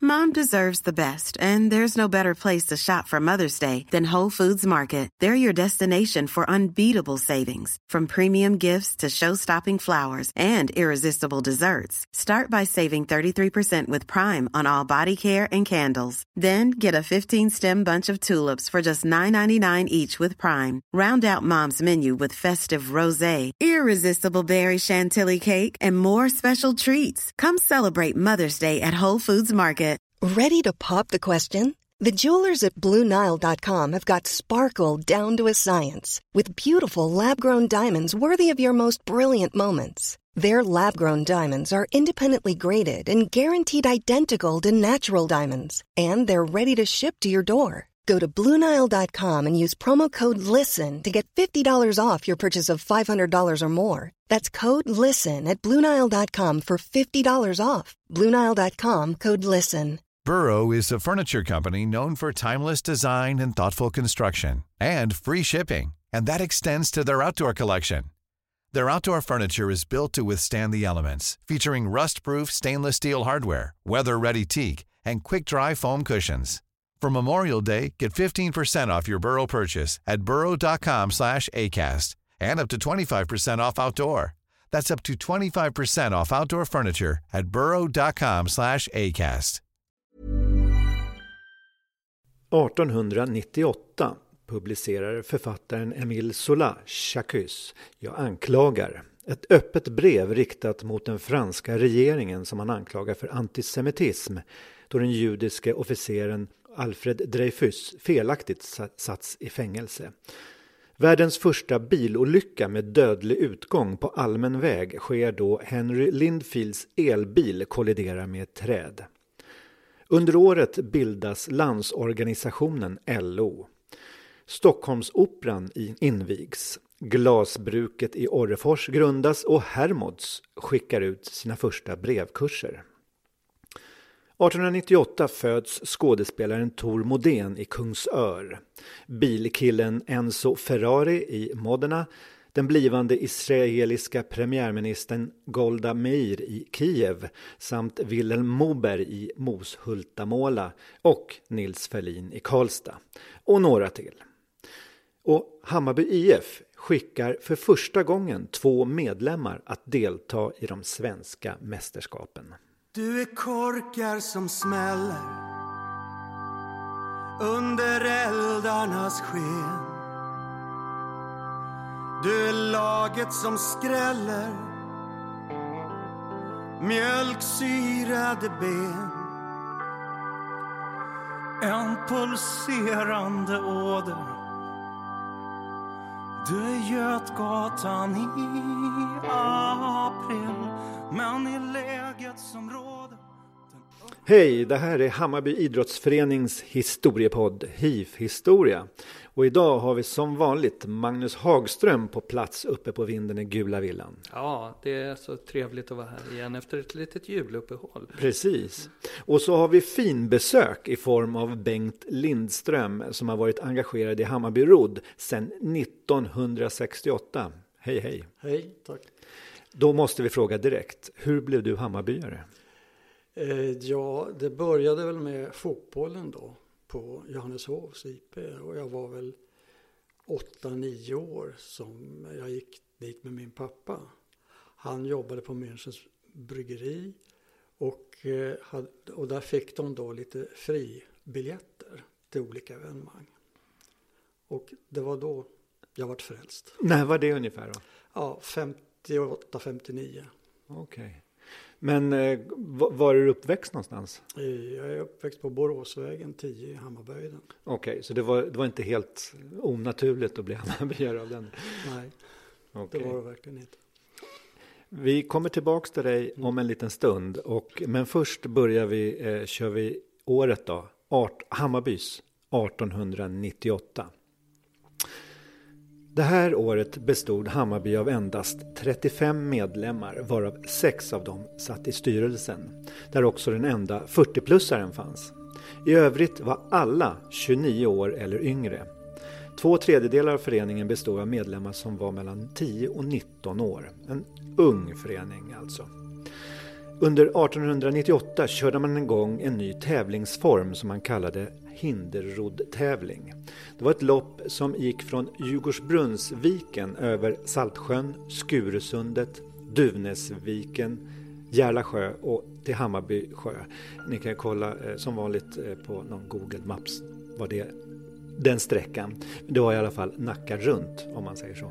Mom deserves the best, and there's no better place to shop for Mother's Day than Whole Foods Market. They're your destination for unbeatable savings, from premium gifts to show-stopping flowers and irresistible desserts. Start by saving 33% with Prime on all body care and candles. Then get a 15-stem bunch of tulips for just $9.99 each with Prime. Round out Mom's menu with festive rosé, irresistible berry chantilly cake, and more special treats. Come celebrate Mother's Day at Whole Foods Market. Ready to pop the question? The jewelers at BlueNile.com have got sparkle down to a science with beautiful lab-grown diamonds worthy of your most brilliant moments. Their lab-grown diamonds are independently graded and guaranteed identical to natural diamonds, and they're ready to ship to your door. Go to BlueNile.com and use promo code LISTEN to get $50 off your purchase of $500 or more. That's code LISTEN at BlueNile.com for $50 off. BlueNile.com, code LISTEN. Burrow is a furniture company known for timeless design and thoughtful construction, and free shipping, and that extends to their outdoor collection. Their outdoor furniture is built to withstand the elements, featuring rust-proof stainless steel hardware, weather-ready teak, and quick-dry foam cushions. For Memorial Day, get 15% off your Burrow purchase at burrow.com/ACAST and up to 25% off outdoor. That's up to 25% off outdoor furniture at burrow.com/ACAST. 1898 publicerar författaren Émile Zola J'accuse, Jag anklagar, ett öppet brev riktat mot den franska regeringen som han anklagar för antisemitism, då den judiske officeren Alfred Dreyfus felaktigt satts i fängelse. Världens första bilolycka med dödlig utgång på allmän väg sker då Henry Lindfields elbil kolliderar med ett träd. Under året bildas Landsorganisationen LO. Stockholmsoperan invigs. Glasbruket i Orrefors grundas och Hermods skickar ut sina första brevkurser. 1898 föds skådespelaren Tor Modén i Kungsör. Bilkillen Enzo Ferrari i Modena. Den blivande israeliska premiärministern Golda Meir i Kiev samt Vilhelm Moberg i Moshultamåla och Nils Ferlin i Karlstad. Och några till. Och Hammarby IF skickar för första gången 2 medlemmar att delta i de svenska mästerskapen. Du är korkar som smäller under eldarnas sken. Du är laget som skräller mjölksyrade ben. En pulserande åder. Du är Götgatan i april, men i läget som råder. Hej, det här är Hammarby idrottsförenings historiepodd HIF-historia. Och idag har vi som vanligt Magnus Hagström på plats uppe på vinden i Gula villan. Ja, det är så trevligt att vara här igen efter ett litet juluppehåll. Precis. Och så har vi fin besök i form av Bengt Lindström som har varit engagerad i Hammarby Rodd sedan 1968. Hej, hej. Hej, tack. Då måste vi fråga direkt, hur blev du Hammarbyare? Ja, det började väl med fotbollen då på Johanneshovs IP och jag var väl 8-9 år som jag gick dit med min pappa. Han jobbade på Münchens bryggeri och där fick de då lite fribiljetter till olika evenemang. Och det var då jag var frälst. När var det ungefär då? Ja, 58-59. Okej. Men var är du uppväxt någonstans? Jag är uppväxt på Boråsvägen 10 i Hammarböjden. Okej, så det var inte helt onaturligt att bli Hammarbyare av den? Nej, okay. Det var det verkligen inte. Vi kommer tillbaka till dig om en liten stund. Men först kör vi året då. Hammarbys 1898. Det här året bestod Hammarby av endast 35 medlemmar, varav 6 av dem satt i styrelsen, där också den enda 40-plussaren fanns. I övrigt var alla 29 år eller yngre. 2/3 av föreningen bestod av medlemmar som var mellan 10 och 19 år. En ung förening alltså. Under 1898 körde man igång en ny tävlingsform som man kallade hinderroddtävling. Det var ett lopp som gick från Djurgårdsbrunnsviken över Saltsjön, Skuresundet, Duvnäsviken, Järla sjö och till Hammarby sjö. Ni kan kolla som vanligt på någon Google Maps vad det är den sträckan. Det var i alla fall Nacka runt om man säger så.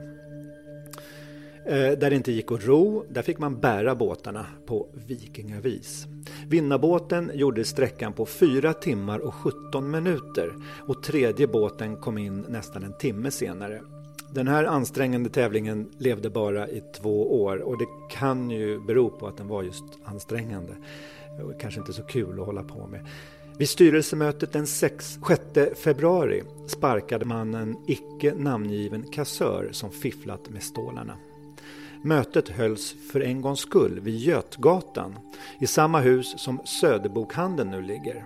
Där det inte gick att ro, där fick man bära båtarna på vikingavis. Vinnarbåten gjorde sträckan på 4 timmar och 17 minuter och tredje båten kom in nästan en timme senare. Den här ansträngande tävlingen levde bara i 2 år och det kan ju bero på att den var just ansträngande. Och kanske inte så kul att hålla på med. Vid styrelsemötet den 6 februari sparkade man en icke namngiven kassör som fifflat med stålarna. Mötet hölls för en gångs skull vid Götgatan i samma hus som Söderbokhandeln nu ligger.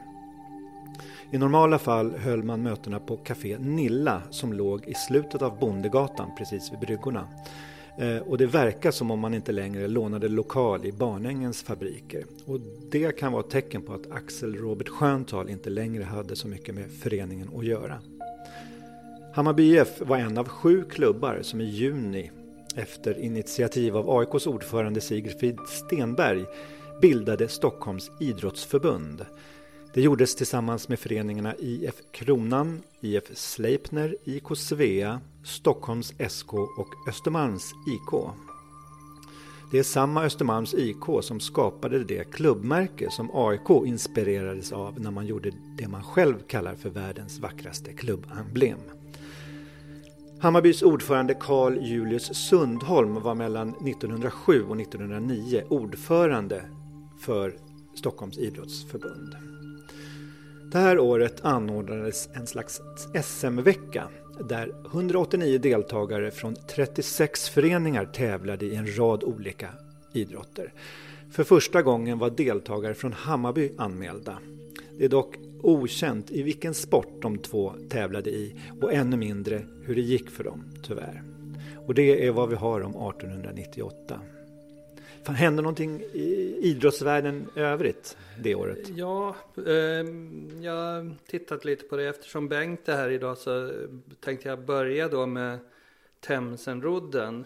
I normala fall höll man mötena på Café Nilla som låg i slutet av Bondegatan precis vid bryggorna. Och det verkar som om man inte längre lånade lokal i Barnängens fabriker. Och det kan vara ett tecken på att Axel Robert Sköntal inte längre hade så mycket med föreningen att göra. Hammarby IF var en av 7 klubbar som i juni efter initiativ av AIKs ordförande Sigfrid Stenberg bildade Stockholms idrottsförbund. Det gjordes tillsammans med föreningarna IF Kronan, IF Sleipner, IK Svea, Stockholms SK och Östermalms IK. Det är samma Östermalms IK som skapade det klubbmärke som AIK inspirerades av när man gjorde det man själv kallar för världens vackraste klubbemblem. Hammarbys ordförande Carl Julius Sundholm var mellan 1907 och 1909 ordförande för Stockholms idrottsförbund. Det här året anordnades en slags SM-vecka där 189 deltagare från 36 föreningar tävlade i en rad olika idrotter. För första gången var deltagare från Hammarby anmälda. Det är dock okänt i vilken sport de 2 tävlade i och ännu mindre hur det gick för dem, tyvärr. Och det är vad vi har om 1898. Hände någonting i idrottsvärlden övrigt det året? Ja, jag har tittat lite på det. Eftersom Bengt är här idag så tänkte jag börja då med Themsenrodden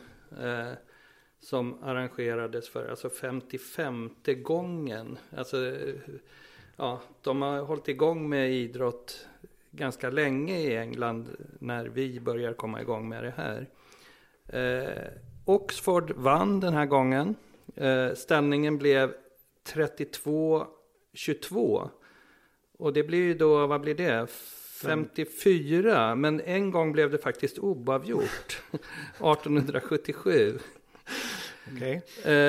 som arrangerades för alltså 55:e gången. Alltså, ja, de har hållit igång med idrott ganska länge i England när vi börjar komma igång med det här. Oxford vann den här gången. Ställningen blev 32-22 och det blir ju då, vad blir det? 54, men en gång blev det faktiskt oavgjort 1877. Okej.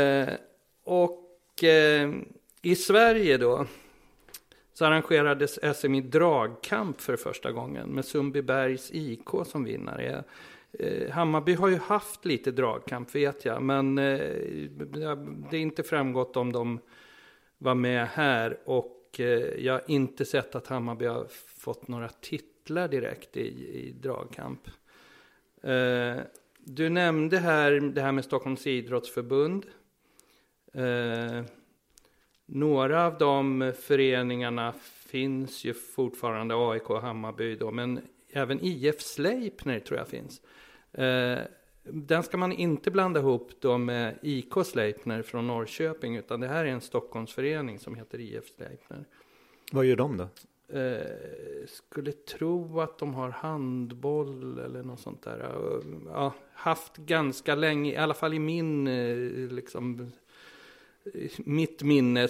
I Sverige då så arrangerades SM i dragkamp för första gången med Sundbybergs IK som vinnare. Hammarby har ju haft lite dragkamp vet jag, men det är inte framgått om de var med här och jag har inte sett att Hammarby har fått några titlar direkt i dragkamp. Du nämnde här det här med Stockholms idrottsförbund. Några av de föreningarna finns ju fortfarande, AIK och Hammarby då, men även IF Sleipner tror jag finns. Den ska man inte blanda ihop då med IK Sleipner från Norrköping, utan det här är en Stockholmsförening som heter IF Sleipner. Vad gör de då? Skulle tro att de har handboll eller något sånt där. Ja, haft ganska länge, i alla fall i min mitt minne,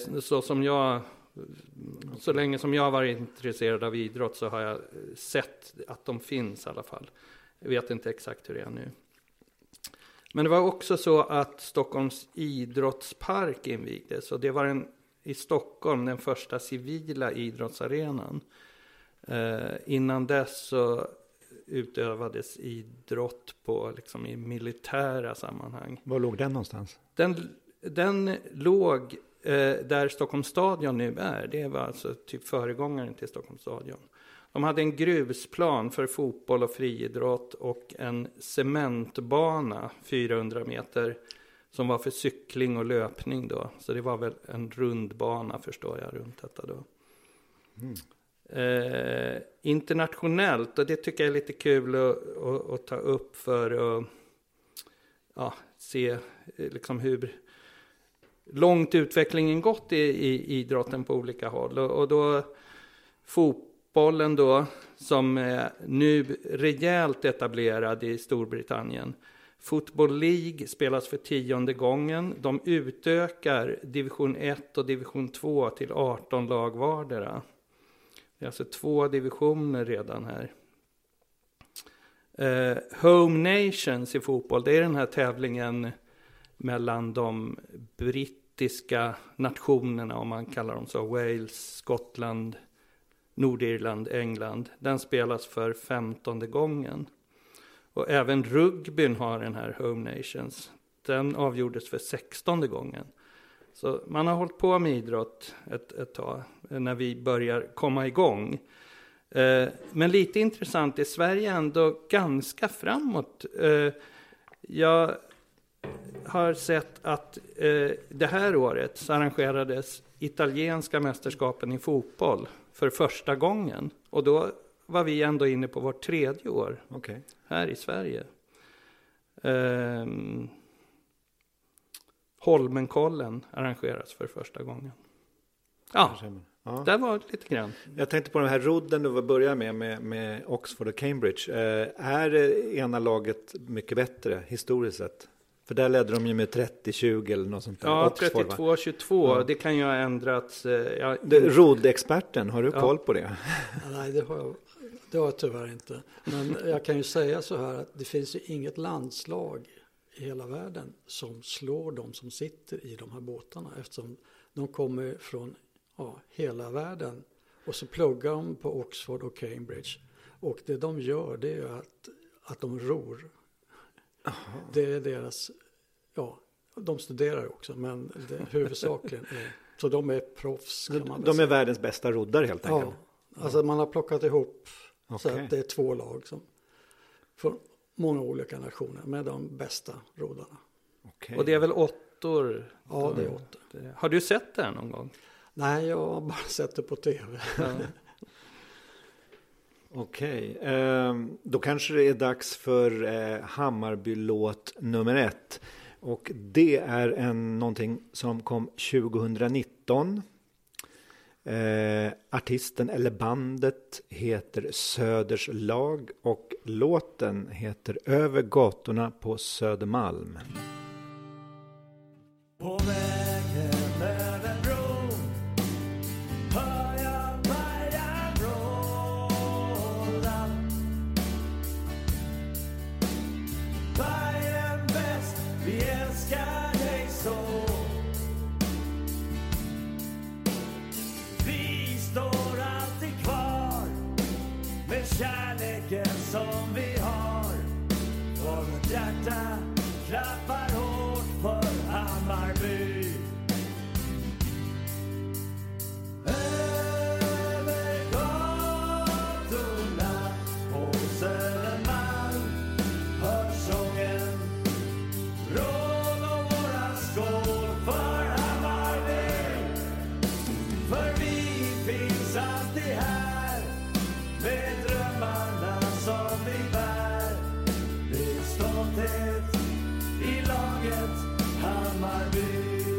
så länge som jag var intresserad av idrott så har jag sett att de finns i alla fall. Jag vet inte exakt hur det är nu. Men det var också så att Stockholms idrottspark invigdes och det var i Stockholm den första civila idrottsarenan. Innan dess så utövades idrott på i militära sammanhang. Var låg den någonstans? Den låg där Stockholms stadion nu är. Det var alltså typ föregångaren till Stockholms stadion. De hade en grusplan för fotboll och friidrott och en cementbana 400 meter som var för cykling och löpning då. Så det var väl en rundbana förstår jag runt detta då. Internationellt, och det tycker jag är lite kul att ta upp för att se liksom hur långt utvecklingen gått i idrotten på olika håll. Och då fotbollen då, som är nu rejält etablerad i Storbritannien. Football League spelas för 10:e gången. De utökar division 1 och division 2 till 18 lag vardera. Det är alltså 2 divisioner redan här. Home Nations i fotboll, det är den här tävlingen mellan de brittiska nationerna, om man kallar dem så. Wales, Skottland, Nordirland, England. Den spelas för 15:e gången. Och även rugbyn har den här Home Nations. Den avgjordes för 16:e gången. Så man har hållit på med idrott ett tag när vi börjar komma igång. Men lite intressant, är Sverige ändå ganska framåt. Jag har sett att det här året så arrangerades italienska mästerskapen i fotboll för första gången. Och då var vi ändå inne på vårt 3:e år här i Sverige. Holmenkollen arrangeras för första gången. Ja, det var lite grann. Jag tänkte på den här rodden du börjar med Oxford och Cambridge. Är det ena laget mycket bättre historiskt sett? För där ledde de ju med 30-20 eller något sånt där. Ja, Oxford, 32-22. Ja. Det kan ju ha ändrats. Rodexperten, har du koll på det? Nej, det har jag tyvärr inte. Men jag kan ju säga så här att det finns ju inget landslag i hela världen som slår de som sitter i de här båtarna. Eftersom de kommer från hela världen. Och så pluggar de på Oxford och Cambridge. Och det de gör, det är att de ror. Aha. Det är deras, de studerar också, men det huvudsakligen är, så de är proffs kan man de är världens bästa roddare helt enkelt. Ja, alltså man har plockat ihop så att det är 2 lag som från många olika nationer med de bästa roddarna. Okay. Och det är väl 8? Ja, det är 8. Har du sett det här någon gång? Nej, jag har bara sett det på tv. Ja. Okej, då kanske det är dags för Hammarby-låt nummer 1. Och det är någonting som kom 2019. Artisten eller bandet heter Söders lag och låten heter Över gatorna på Södermalm. På vägen över bron hör jag Maja vråla. Bajen bäst, vi älskar dig så. Vi står alltid kvar med kärleken som vi har. För vårt hjärta klappar hårt för Hammarby. Över gatorna på Södermalm hör sången, vrål och våra skål för Hammarby. För vi finns alltid här med drömmarna som vi bär. Det är stolthet i laget Hammarby.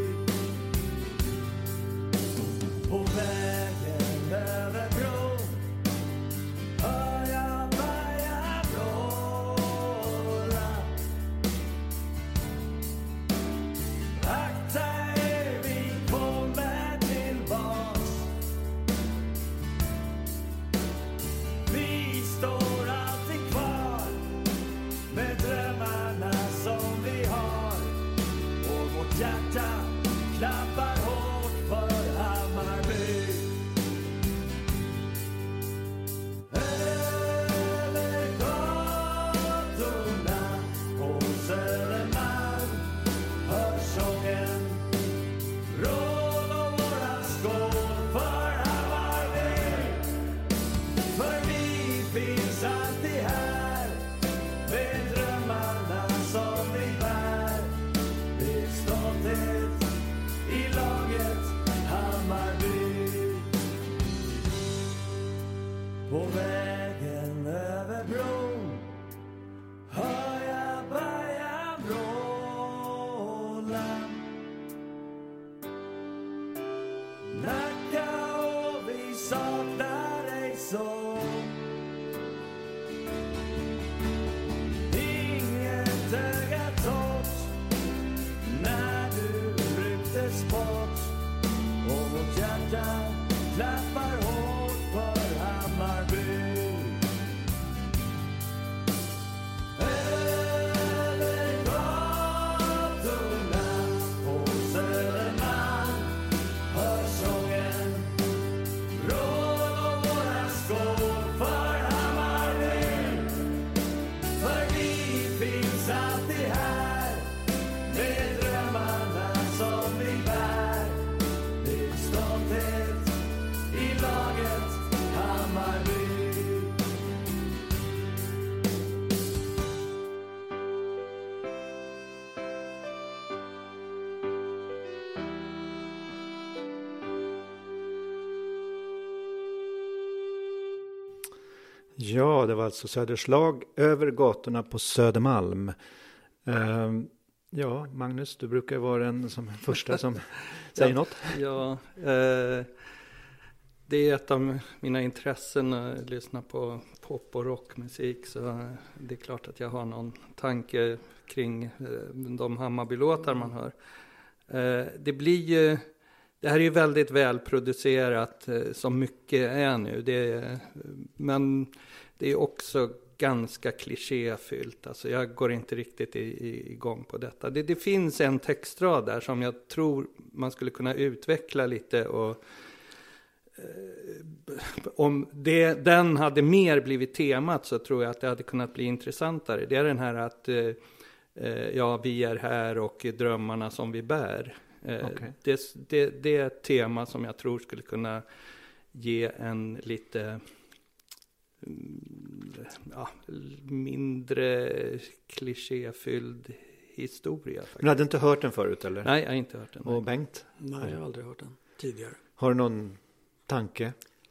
På vägen över bron hör jag Maja vråla. Akta er, vi kommer tillbaks. På vägen över bron hör jag Bajan vråla. Nacka och vi saknar dig så. Inget öga torrt när du rycktes bort. Och vårt hjärta klappar hårt för Hammarby. Över gatorna på Södermalm hör sången vrål och våra skål för Hammarby. För vi finns alltid här med drömmarna som vi bär. Det är stolthet i laget Hammarby. Ja, det var alltså Söderslag över gatorna på Södermalm. Ja, Magnus, du brukar vara den som första som säger något. Ja, det är ett av mina intressen att lyssna på pop- och rockmusik, så det är klart att jag har någon tanke kring de Hammarby-låtar man hör. Det blir ju, det här är ju väldigt välproducerat som mycket är nu. Men det är också ganska klichéfyllt. Alltså jag går inte riktigt igång på detta. Det finns en textrad där som jag tror man skulle kunna utveckla lite. Och om den hade mer blivit temat så tror jag att det hade kunnat bli intressantare. Det är den här att ja, vi är här och drömmarna som vi bär. Okay. Det är ett tema som jag tror skulle kunna ge en lite mindre klichéfylld historia. Faktiskt. Men hade inte hört den förut eller? Nej, jag har inte hört den. Och Bengt? Nej, jag har aldrig hört den tidigare. Har du någon tanke?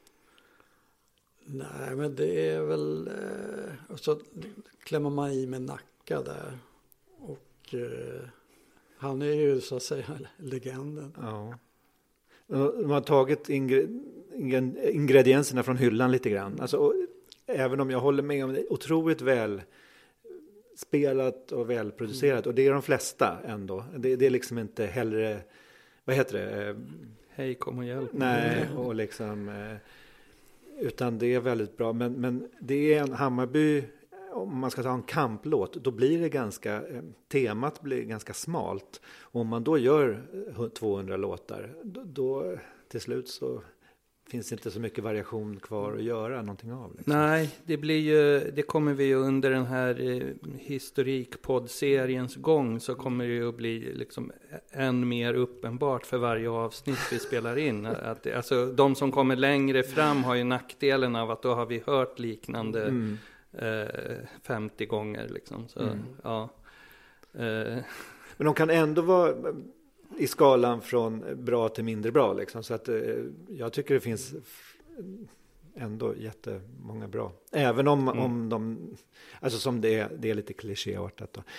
Nej, men det är väl och så klämmer man i med Nacka där. Och han är ju så att säga legenden. Ja. De har tagit ingredienserna från hyllan lite grann. Alltså, även om jag håller med om det, otroligt väl spelat och välproducerat. Och det är de flesta ändå. Det är liksom inte hellre, vad heter det? Hej, kom och hjälp. Nej, och liksom, utan det är väldigt bra. Men det är en Hammarby, om man ska ta en kamplåt, då blir det ganska, temat blir ganska smalt. Och om man då gör 200 låtar, då till slut så finns det inte så mycket variation kvar att göra någonting av. Liksom. Nej, det kommer vi ju under den här historikpodd-seriens gång, så kommer det ju att bli liksom än mer uppenbart för varje avsnitt vi spelar in. Alltså, de som kommer längre fram har ju nackdelen av att då har vi hört liknande 50 gånger. Liksom. Så, ja. Men de kan ändå vara i skalan från bra till mindre bra. Liksom. Så att jag tycker det finns ändå jättemånga bra. Även om de, alltså som det är lite klichéartat då.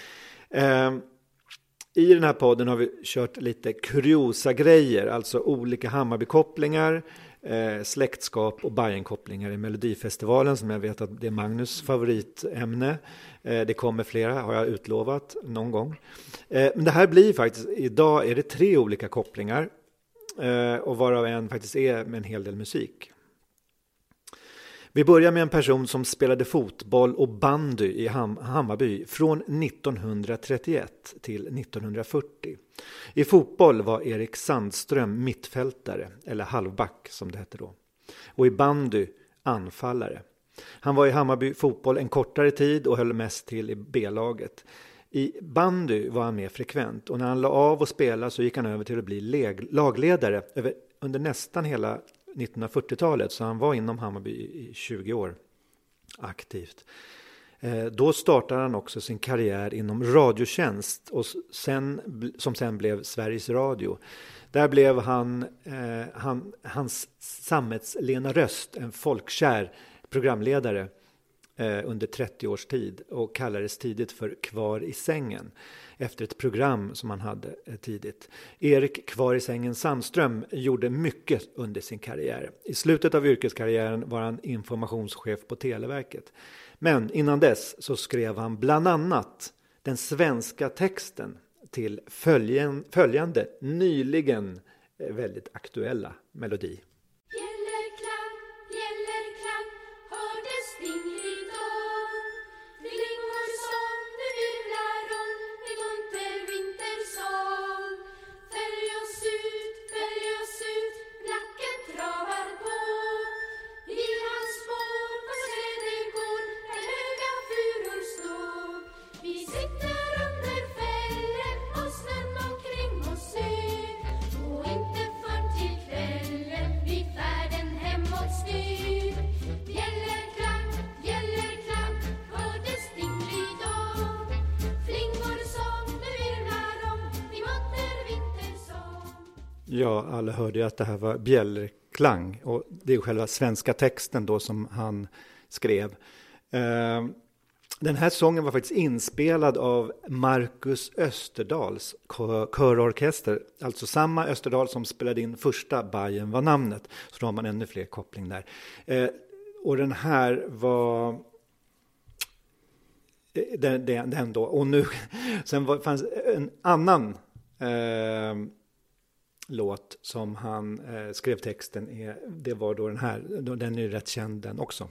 I den här podden har vi kört lite kuriosa grejer, alltså olika Hammarby-kopplingar, släktskap och Bajen-kopplingar i Melodifestivalen, som jag vet att det är Magnus favoritämne. Det kommer flera, har jag utlovat någon gång. Men det här blir faktiskt, idag är det 3 olika kopplingar, och varav en faktiskt är med en hel del musik. Vi börjar med en person som spelade fotboll och bandy i Hammarby från 1931 till 1940. I fotboll var Erik Sandström mittfältare, eller halvback som det hette då. Och i bandy anfallare. Han var i Hammarby fotboll en kortare tid och höll mest till i B-laget. I bandy var han mer frekvent, och när han la av och spela så gick han över till att bli lagledare under nästan hela 1940-talet, så han var inom Hammarby i 20 år aktivt. Då startade han också sin karriär inom radiotjänst, och som sen blev Sveriges Radio. Där blev hans sammetslena röst en folkkär programledare under 30 års tid och kallades tidigt för Kvar i sängen efter ett program som han hade tidigt. Erik Kvar i sängen Sandström gjorde mycket under sin karriär. I slutet av yrkeskarriären var han informationschef på Televerket. Men innan dess så skrev han bland annat den svenska texten till följande nyligen väldigt aktuella melodi. Ja, alla hörde ju att det här var bjällerklang och det är själva svenska texten då som han skrev. Den här sången var faktiskt inspelad av Marcus Österdahls körorkester, alltså samma Österdahl som spelade in första Bajen var namnet, så då har man ännu fler koppling där. Och den här var den då, och nu sen fanns en annan låt som han skrev texten det var då den här, den är rätt känd den också.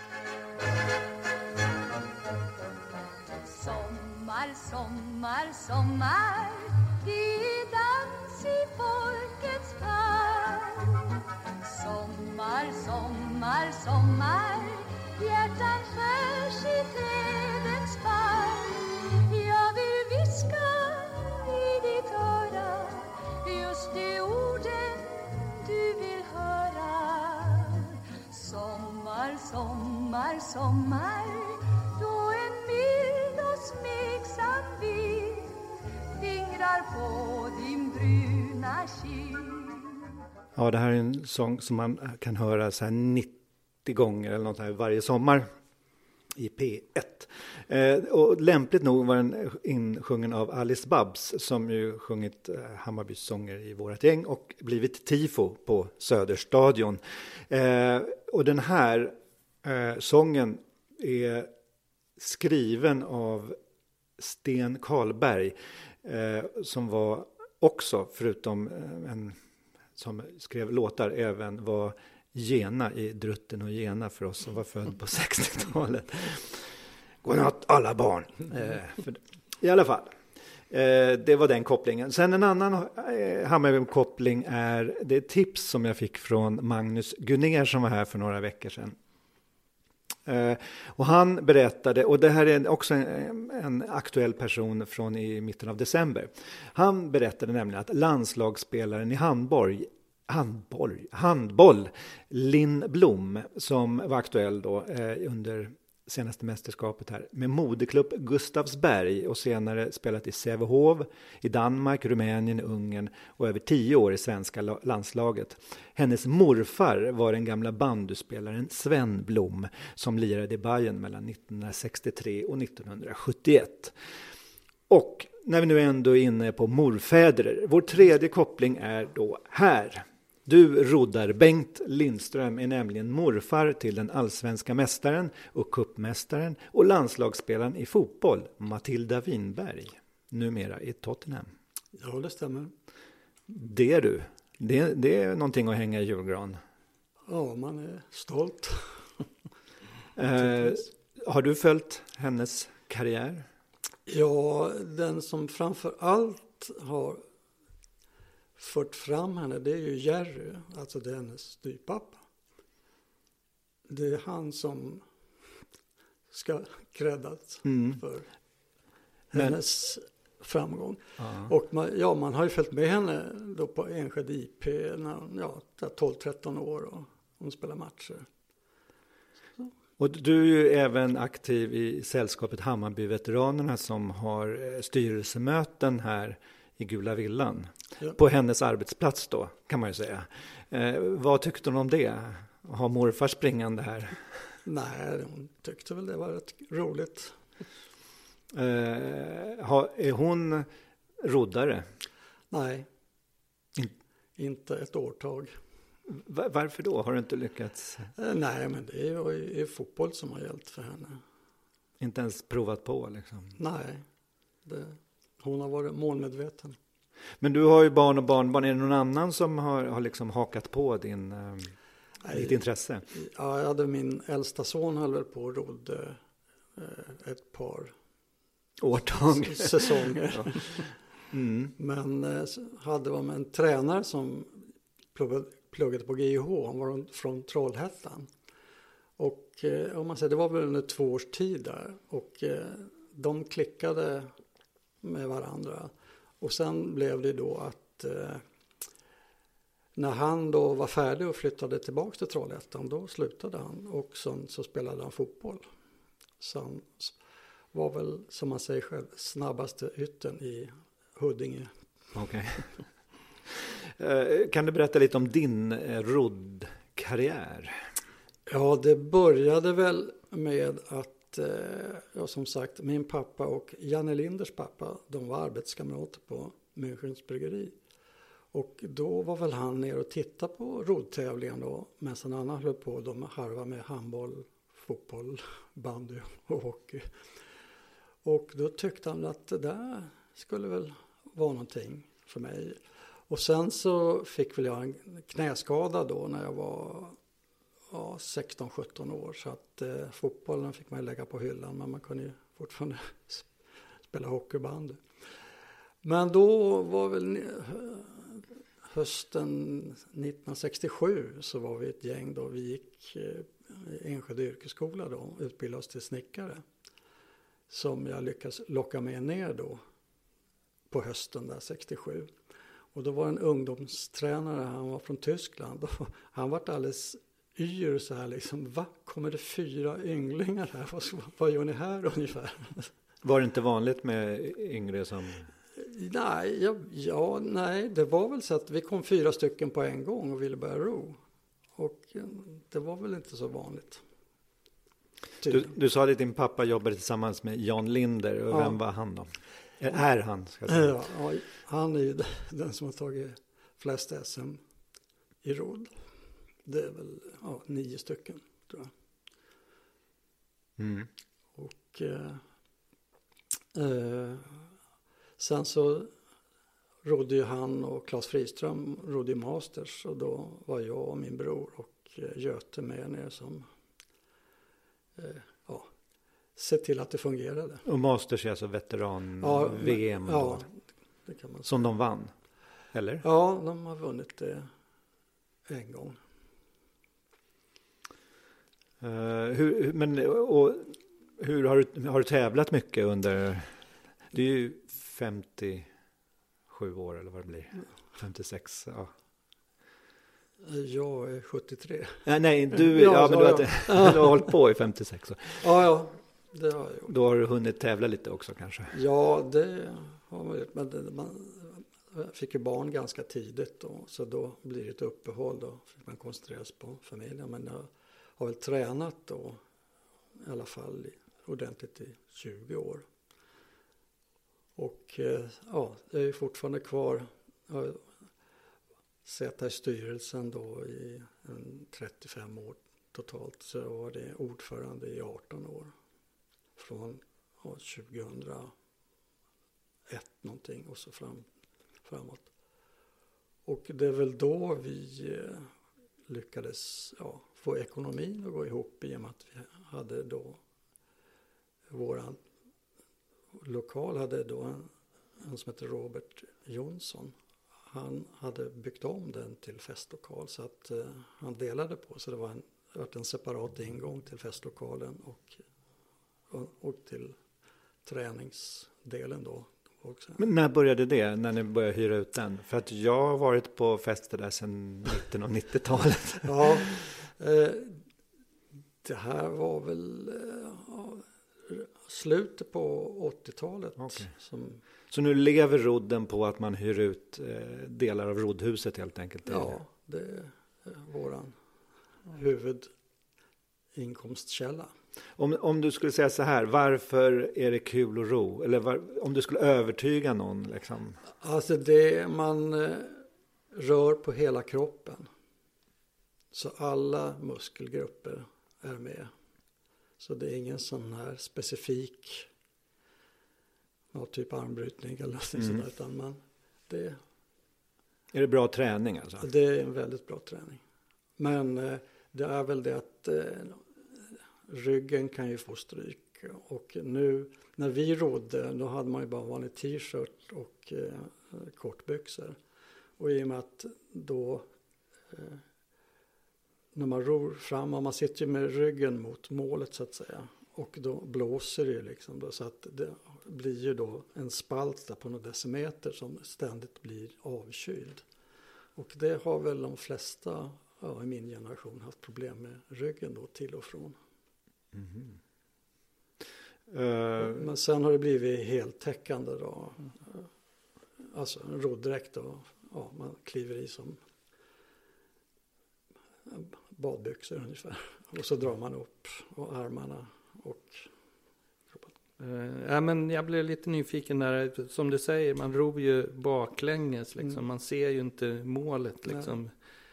Sommar, sommar, sommar, det är dans i folkets park. Sommar, sommar, sommar, hjärtan skärs i trädens bark. Jag vill viska i ditt öra just de orden du vill höra. Sommar, sommar, sommar, då en mild och smeksam vind fingrar på din bruna kind. Ja, det här är en sång som man kan höra så här 90 gånger eller något här varje sommar i P1. Och lämpligt nog var den insjungen av Alice Babs som ju sjungit Hammarbys sånger i vårat gäng och blivit tifo på Söderstadion. Och den här sången är skriven av Sten Karlberg som var också, förutom en som skrev låtar, även var Gena i Drutten och Gena för oss som var född på 60-talet. Godnatt alla barn. I alla fall. Det var den kopplingen. Sen en annan Hammarby-koppling är det tips som jag fick från Magnus Gunner som var här för några veckor sedan. Och han berättade, och det här är också en aktuell person från i mitten av december. Han berättade nämligen att landslagsspelaren i handboll Linn Blom, som var aktuell då under senaste mästerskapet här, med moderklubb Gustavsberg och senare spelat i Sävehof, i Danmark, Rumänien, Ungern och över 10 år i svenska landslaget. Hennes morfar var den gamla bandyspelaren Sven Blom som lirade i Bayern mellan 1963 och 1971. Och när vi nu ändå är inne på morfäder, vår tredje koppling är då här. Du roddar Bengt Lindström är nämligen morfar till den allsvenska mästaren och cupmästaren och landslagsspelaren i fotboll Matilda Winberg, numera i Tottenham. Ja, det stämmer. Det är du. Det är någonting att hänga i julgran. Ja, man är stolt. Har du följt hennes karriär? Ja, den som framför allt har fört fram henne, det är ju Jerry, alltså det är hennes styvpappa. Det är han som ska creddas för hennes framgång. Och man har ju följt med henne då på Enskede IP när 12-13 år och hon spelar matcher. Och du är ju även aktiv i sällskapet Hammarby-veteranerna som har styrelsemöten här i Gula Villan. Ja. På hennes arbetsplats då, kan man ju säga. Vad tyckte hon om det? Att ha morfar springande här? Nej, hon tyckte väl det var rätt roligt. Är hon roddare? Nej, inte ett årtag. Varför då? Har du inte lyckats? Nej, men det är ju fotboll som har gällt för henne. Inte ens provat på liksom? Nej, hon har varit målmedveten. Men du har ju barn och barnbarn. Är det någon annan som har liksom hakat på ditt intresse? Ja, jag hade min äldsta son höll väl på och rodde ett par årtag. Säsonger. Ja. Mm. Men hade man en tränare som pluggade på GIH. Han var från Trollhättan. Och om man säger, det var väl under 2 års tid där. Och de klickade med varandra. Och sen blev det då att när han då var färdig och flyttade tillbaka till Trollhättan, då slutade han. Och sen så spelade han fotboll. Så han var väl, som man säger själv, snabbaste ytten i Huddinge. Okej. Kan du berätta lite om din roddkarriär? Ja, det började väl med att, som sagt, min pappa och Janne Linders pappa, de var arbetskamrater på Münchens bryggeri. Och då var väl han ner och tittade på roddtävlingen då, medan en annan höll på de harva med handboll, fotboll, bandy och hockey. Och då tyckte han att det där skulle väl vara någonting för mig. Och sen så fick väl jag en knäskada då när jag var 16-17 år. Så att fotbollen fick man lägga på hyllan, men man kunde ju fortfarande spela hockeybandy. Men då var väl hösten 1967 så var vi ett gäng då. Vi gick Enskede yrkesskola då, utbildade oss till snickare. Som jag lyckades locka med ner då på hösten där 67. Och då var en ungdomstränare, han var från Tyskland. Och han var alldeles yr så här liksom, va? Kommer det 4 ynglingar här? Vad gör ni här ungefär? Var det inte vanligt med yngre som... Nej, nej, det var väl så att vi kom 4 stycken på en gång och ville börja ro. Och det var väl inte så vanligt. Du sa att din pappa jobbade tillsammans med Jan Linder. Och vem var han då? Är han? Ska jag säga. Ja, han är ju den som har tagit flest SM i rodd. Det är väl 9 stycken, tror jag. Mm. Och sen så rodde ju han och Claes Friström rodde i Masters. Och då var jag och min bror och Göte med ner som se till att det fungerade. Och Masters är alltså veteran-VM ja, det kan man säga. Som de vann, eller? Ja, de har vunnit det en gång. Hur har du tävlat mycket under... Det är ju 57 år eller vad det blir. 56, ja. Jag är 73. Nej, du har hållit på i 56 år. Ja, det har jag gjort. Då har du hunnit tävla lite också kanske? Ja, det har man gjort. Men man fick ju barn ganska tidigt då, så då blir det ett uppehåll. Då fick man koncentrera sig på familjen. Men jag har väl tränat då i alla fall ordentligt i 20 år. Och jag är fortfarande kvar. Jag sätta i styrelsen då i 35 år totalt, så var det ordförande i 18 år. Från 2001 någonting och så framåt. Och det är väl då vi lyckades få ekonomin att gå ihop, i och med att vi hade då våran lokal hade då en som heter Robert Jonsson. Han hade byggt om den till festlokal, så att han delade på, så det var en separat ingång till festlokalen och till träningsdelen då också. Men när började det? När ni började hyra ut den? För att jag har varit på fester där sedan mitten av 90-talet. Ja, det här var väl slutet på 80-talet. Okay. Som... Så nu lever rodden på att man hyr ut delar av roddhuset helt enkelt? Ja, det är våran huvudinkomst inkomstkälla. Om du skulle säga så här, varför är det kul att ro? Eller om du skulle övertyga någon liksom? Alltså man rör på hela kroppen. Så alla muskelgrupper är med. Så det är ingen sån här specifik typ armbrytning eller något sådär, utan Är det bra träning alltså? Det är en väldigt bra träning. Men det är väl det att ryggen kan ju få stryk. Och nu när vi rodde, då hade man ju bara vanlig t-shirt och kortbyxor. Och i och med att då när man ror fram, man sitter ju med ryggen mot målet så att säga. Och då blåser det ju liksom då, så att det blir ju då en spalt där på några decimeter som ständigt blir avkyld. Och det har väl de flesta i min generation haft problem med ryggen då till och från. Men sen har det blivit heltäckande då. Alltså en roddräkt då. Ja, man kliver i som badbyxor ungefär. Och så drar man upp och armarna och Ja, men jag blev lite nyfiken där, som du säger, man ror ju baklänges liksom. Man ser ju inte målet liksom.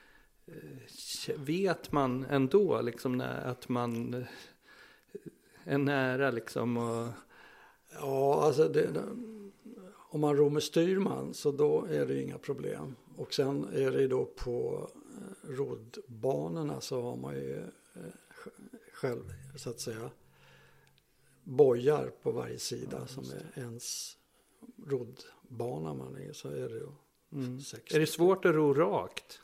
Vet man ändå liksom att man är nära liksom och... Ja, alltså om man ror med styrman så då är det inga problem. Och sen är det då på roddbanorna så har man ju själv så att säga bojar på varje sida som är ens roddbana man är, så är det ju 60. Är det svårt att ro rakt?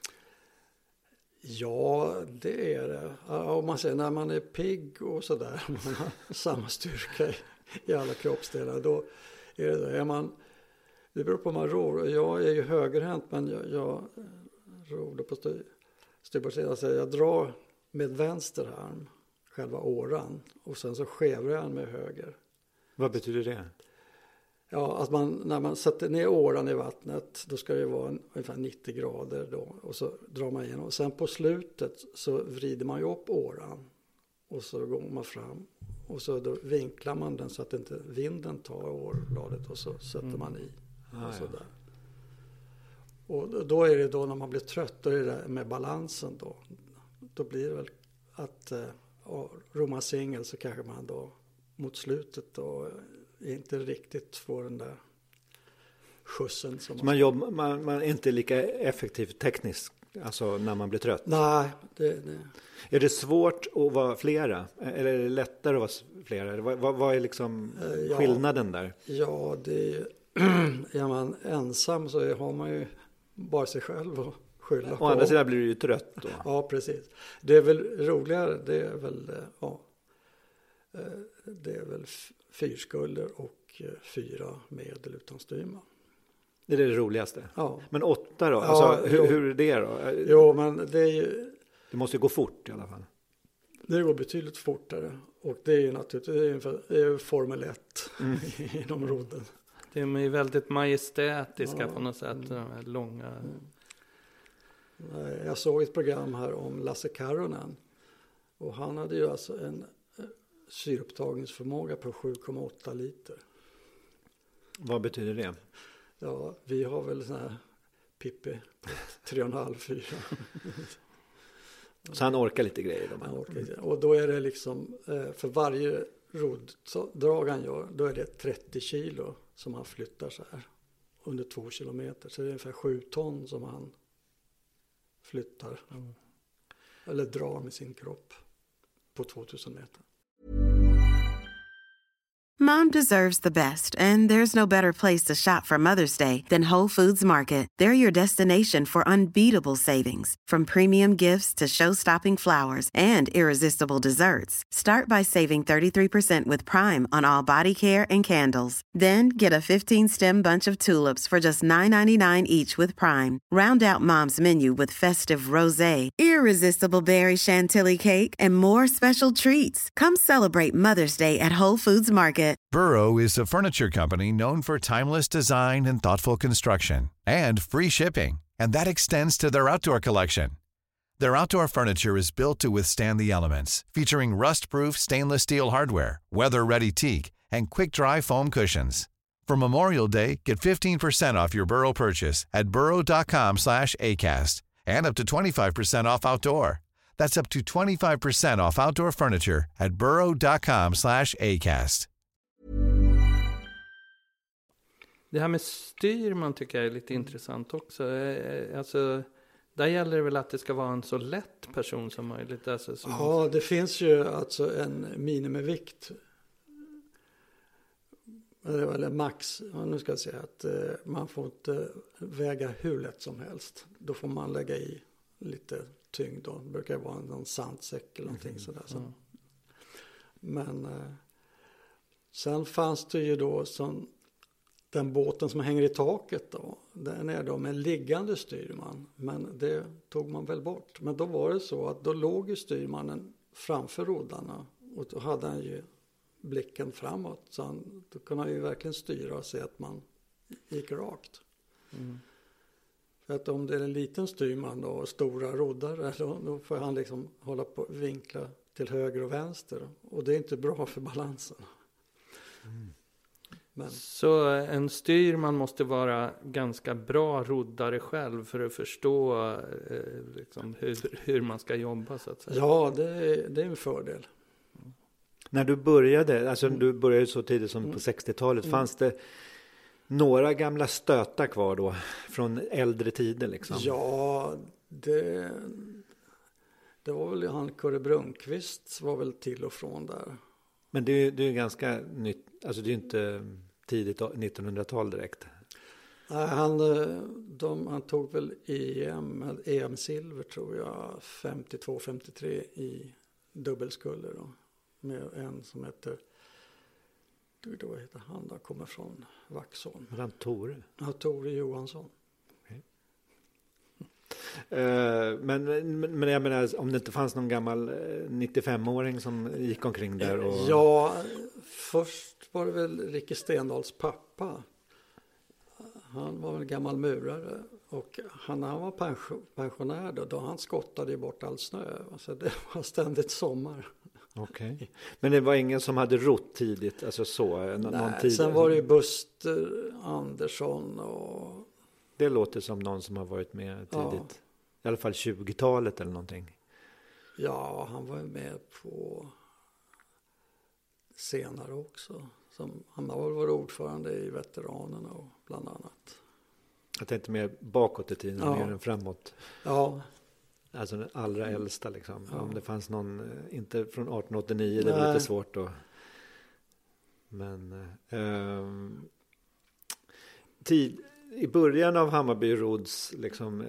Ja, det är det. Om man säger när man är pigg och sådär, man har samma styrka i alla kroppsdelar, då är det. Det beror på om man ror. Jag är ju högerhänt, men jag ror på styrbordssidan. Alltså jag drar med vänster arm själva åran och sen så skevrar jag med höger. Vad betyder det? Ja, att när man sätter ner åran i vattnet, då ska det vara ungefär 90 grader då, och så drar man igenom. Och sen på slutet så vrider man ju upp åran och så går man fram och så då vinklar man den så att inte vinden tar årbladet och så sätter man i och sådär. Och då är det då när man blir trött, då är det med balansen då blir det väl att ror man singel så kanske man då mot slutet då inte riktigt får den där skjutsen. Som man är inte lika effektivt tekniskt alltså när man blir trött? Nej. Är det svårt att vara flera? Eller är det lättare att vara flera? Vad är liksom skillnaden där? Ja, är man ensam så har man ju bara sig själv att skylla på. Å andra sidan blir du ju trött då. Ja, precis. Det är väl roligare, det är väl 4 skulder och 4 medel utan styrman. Det är det roligaste? Ja. Men 8 då? Alltså, hur är det då? Jo, men det är ju... Det måste ju gå fort i alla fall. Det går betydligt fortare. Och det är ju naturligtvis det är Formel 1 inom rodden. De är väldigt majestätiska på något sätt, de här långa... Jag såg ett program här om Lasse Karhunen. Och han hade ju alltså en syreupptagningsförmåga på 7,8 liter. Vad betyder det? Ja, vi har väl sån här Pippi på 3,5-4. Så han orkar lite grejer då? Och då är det liksom, för varje roddrag han gör, då är det 30 kilo som han flyttar så här under 2 kilometer. Så det är ungefär 7 ton som han flyttar eller drar med sin kropp på 2000 meter. Mom deserves the best, and there's no better place to shop for Mother's Day than Whole Foods Market. They're your destination for unbeatable savings, from premium gifts to show-stopping flowers and irresistible desserts. Start by saving 33% with Prime on all body care and candles. Then get a 15-stem bunch of tulips for just $9.99 each with Prime. Round out Mom's menu with festive rosé, irresistible berry chantilly cake, and more special treats. Come celebrate Mother's Day at Whole Foods Market. Burrow is a furniture company known for timeless design and thoughtful construction and free shipping, and that extends to their outdoor collection. Their outdoor furniture is built to withstand the elements, featuring rust-proof stainless steel hardware, weather-ready teak, and quick-dry foam cushions. For Memorial Day, get 15% off your Burrow purchase at burrow.com/acast and up to 25% off outdoor. That's up to 25% off outdoor furniture at burrow.com/acast. Det här med styrman tycker jag är lite intressant också. Alltså, där gäller det väl att det ska vara en så lätt person som möjligt. Alltså, ja, det finns ju alltså en minimivikt. Eller max. Nu ska jag säga att man får inte väga hur lätt som helst. Då får man lägga i lite tyngd. Då. Det brukar vara någon sandsäck eller någonting sådär. Så. Men sen fanns det ju då som den båten som hänger i taket då. Den är då med liggande styrman. Men det tog man väl bort. Men då var det så att då låg ju styrmannen framför roddarna. Och då hade han ju blicken framåt. Så då kunde han ju verkligen styra och se att man gick rakt. För att om det är en liten styrman då, och stora roddar, då får han liksom hålla på och vinkla till höger och vänster. Och det är inte bra för balansen. Men. Så en styrman måste vara ganska bra roddare själv för att förstå liksom, hur man ska jobba så att säga. Ja, det är en fördel. När du började, alltså du började så tidigt som på 60-talet, fanns det några gamla stötar kvar då från äldre tider liksom? Ja, det var väl han Kurre Brunkvist var väl till och från där. Men det är ganska nytt, alltså det är inte tidigt 1900-tal direkt. Nej, han tog väl EM-silver tror jag, 52-53 i dubbelskulder då. Med en som heter, då heter han då, kommer från Vaxholm. Men Tore? Ja, Tore Johansson. Okay. Men jag menar, om det inte fanns någon gammal 95-åring som gick omkring där och... Ja, först var det väl Rikke Stendahls pappa. Han var väl gammal murare och han var pensionär då han skottade ju bort all snö. Så det var ständigt sommar. Okej. Men det var ingen som hade rott tidigt, alltså så? Någon tid. Sen var det ju Buster Andersson och... Det låter som någon som har varit med tidigt. Ja. I alla fall 20-talet eller någonting. Ja, han var med på senare också. Han har varit ordförande i veteranerna och bland annat. Jag tänkte mer bakåt i tiden, mer än framåt. Ja. Alltså den allra äldsta liksom. Ja. Om det fanns någon, inte från 1889, det var lite svårt då. Men i början av Hammarby Rods liksom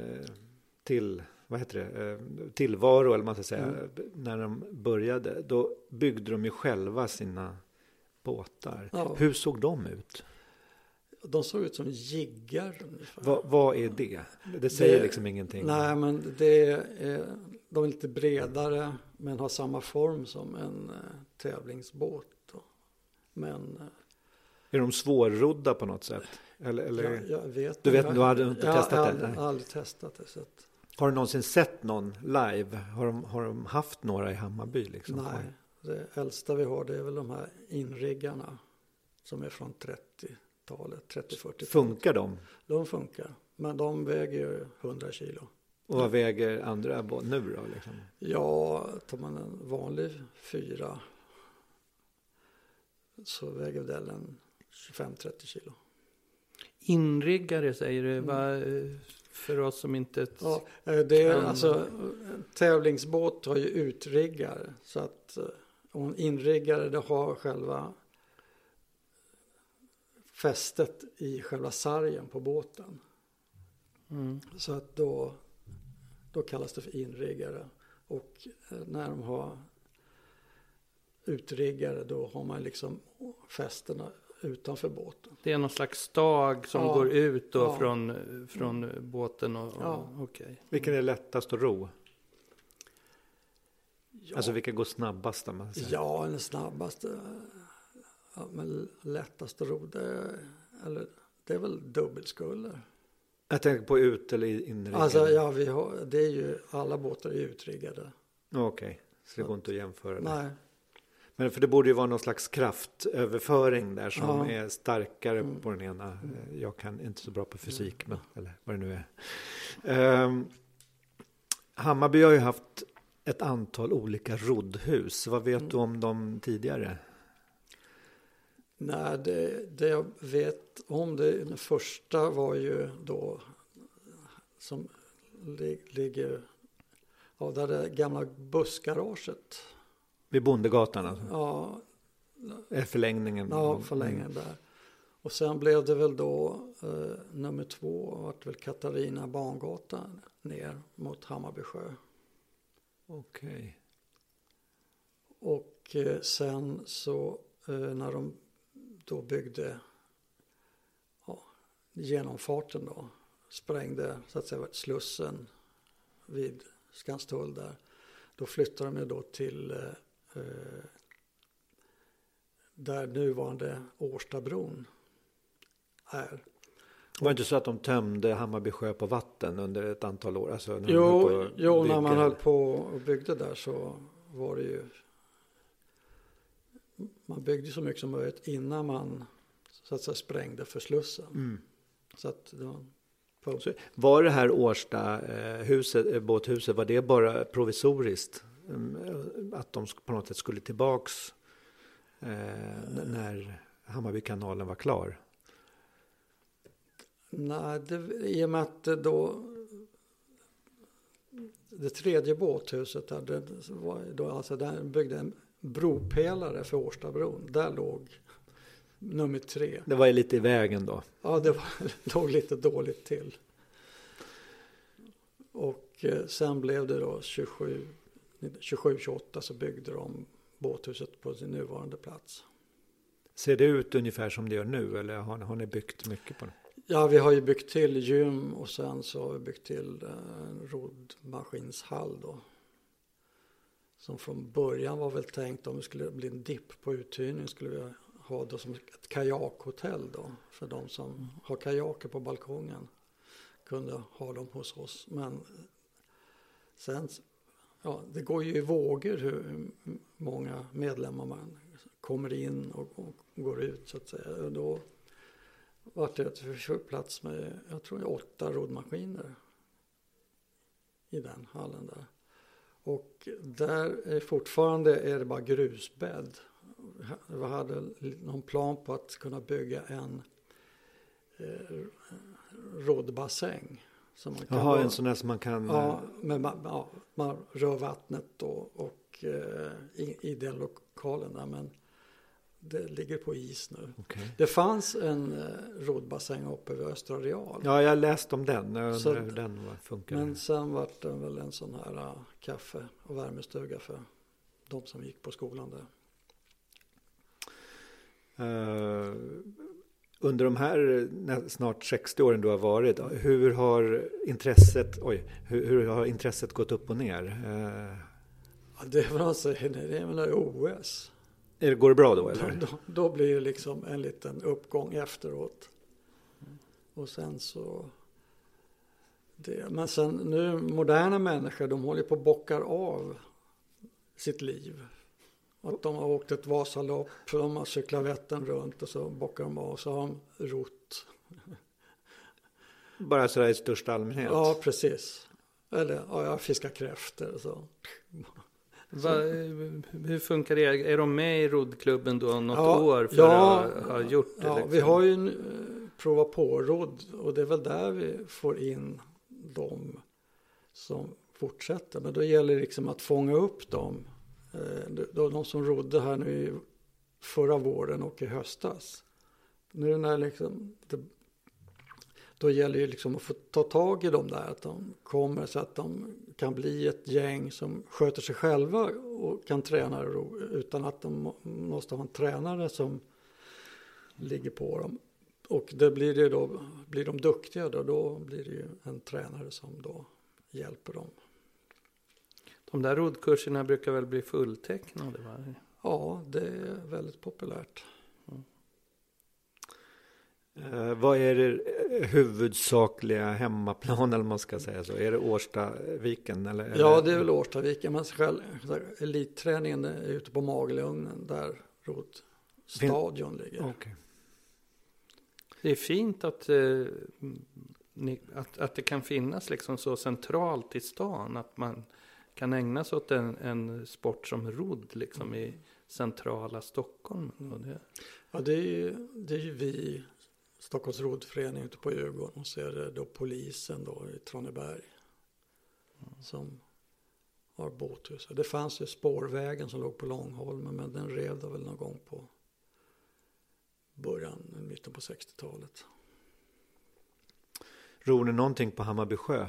tillvaro eller man ska säga, när de började, då byggde de ju själva sina båtar. Ja. Hur såg de ut? De såg ut som jiggar ungefär. Vad är det? Det säger liksom ingenting. Nej, men de är lite bredare men har samma form som en tävlingsbåt då. Men är de svårrodda på något sätt? Eller jag vet. Du hade inte testat det? Jag har aldrig testat det. Så att... Har du någonsin sett någon live? Har de haft några i Hammarby liksom? Nej, det äldsta vi har det är väl de här inriggarna som är från 30-talet, 30-40-talet. Funkar de? De funkar, men de väger ju 100 kilo. Och vad väger andra nu då? Liksom? Ja, tar man en vanlig 4 så väger den 25-30 kilo. Inriggare säger du, för oss som inte... Ja, det är alltså, tävlingsbåt har ju utriggare, så att om en inriggare det har själva fästet i själva sargen på båten. Så att då kallas det för inriggare. Och när de har utriggare då har man liksom fästena utanför båten. Det är någon slags stag som går ut då från båten. Okay. Vilken är lättast att ro? Ja. Alltså vilka går snabbast? Man säger? Ja, den snabbaste. Men lättast att ro det är väl dubbelskulder. Jag tänker på ut- eller inriggade. Alltså ja, det är ju, alla båtar är utriggade. Okej, så det går inte att jämföra det. Nej. Men för det borde ju vara någon slags kraftöverföring där som är starkare på den ena. Jag kan inte så bra på fysik, men, eller vad det nu är. Hammarby har ju haft ett antal olika roddhus. Vad vet du om dem tidigare? Nej, det jag vet om det, den första var ju då som ligger där det gamla bussgaraget. Vid Bondegatan alltså? Ja. Förlängningen? Ja, förlängningen där. Och sen blev det väl då nummer 2 vart väl Katarina Bangatan ner mot Hammarby sjö. Okej. Och sen så när de då byggde genomfarten då, sprängde så att säga Slussen vid Skanstull där, då flyttade de då till där nuvarande Årstabron är. Var det inte så att de tömde Hammarby sjö på vatten under ett antal år? Alltså när när man höll på och byggde där så var det ju, man byggde så mycket som möjligt innan man så att säga sprängde för Slussen. Så att det var det här Årsta båthuset, var det bara provisoriskt? Att de på något sätt skulle tillbaks när Hammarbykanalen var klar? Nej, i och med att det tredje båthuset där, det var då, alltså där byggde en bropelare för Årstabron. Där låg nummer 3. Det var lite i vägen då? Ja, det låg lite dåligt till. Och sen blev det då 27-28 så byggde de båthuset på sin nuvarande plats. Ser det ut ungefär som det gör nu eller har ni byggt mycket på det? Ja, vi har ju byggt till gym och sen så har vi byggt till en roddmaskinshall då. Som från början var väl tänkt om det skulle bli en dipp på uthyrning skulle vi ha då som ett kajakhotell då. För de som har kajaker på balkongen kunde ha dem hos oss. Men sen, ja, det går ju i vågor hur många medlemmar man kommer in och går ut så att säga. Och då var det att vi fick plats med, jag tror 8 roddmaskiner i den hallen där. Och där är fortfarande bara grusbädd. Vi hade någon plan på att kunna bygga en roddbassäng. Som man kan en sån där som man kan... Ja, men man rör vattnet då och i den lokalen där, men det ligger på is nu. Okay. Det fanns en roddbassäng uppe vid Östra Real. Ja, jag läste om den. Jag undrar hur den funkar. Men sen var det väl en sån här kaffe- och värmestuga för de som gick på skolan där. Under de här snart 60 åren du har varit, hur har intresset gått upp och ner? Ja, det är väl alltså, det är väl OS. Går det bra då eller? Då blir det liksom en liten uppgång efteråt. Och sen så... Men sen nu, moderna människor, de håller på att bockar av sitt liv. Att de har åkt ett Vasalopp, de har cyklat Vättern runt och så bockar de av och så har de rott. Bara sådär i största allmänhet? Ja, precis. Eller jag fiskar kräftor och så. Hur funkar det? Är de med i roddklubben då något år för att ha gjort det? Ja, liksom? Vi har ju provat på rodd och det är väl där vi får in de som fortsätter. Men då gäller det liksom att fånga upp dem. De som rodde här nu förra våren och i höstas. Nu när liksom då gäller det liksom att få ta tag i dem där, att de kommer så att de kan bli ett gäng som sköter sig själva och kan träna utan att de måste ha en tränare som ligger på dem. Och det blir det då, blir de duktiga då blir det ju en tränare som då hjälper dem. De där roddkurserna brukar väl bli fulltecknade, va? Ja, det är väldigt populärt. Vad är det huvudsakliga hemmaplan, eller man ska säga så? Är det Årstaviken? Eller? Ja, det är väl Årstaviken. Men elitträningen är ute på Magelugnen där Rodstadion ligger. Okay. Det är fint att det kan finnas liksom så centralt i stan. Att man kan ägna sig åt en sport som rodd liksom i centrala Stockholm. Ja, det är ju vi, Stockholms roddförening ute på Djurgården, och så är det då polisen då i Traneberg som har båthus. Det fanns ju spårvägen som låg på Långholmen, men den rev väl någon gång på mitten på 60-talet. Ror ni någonting på Hammarby sjö?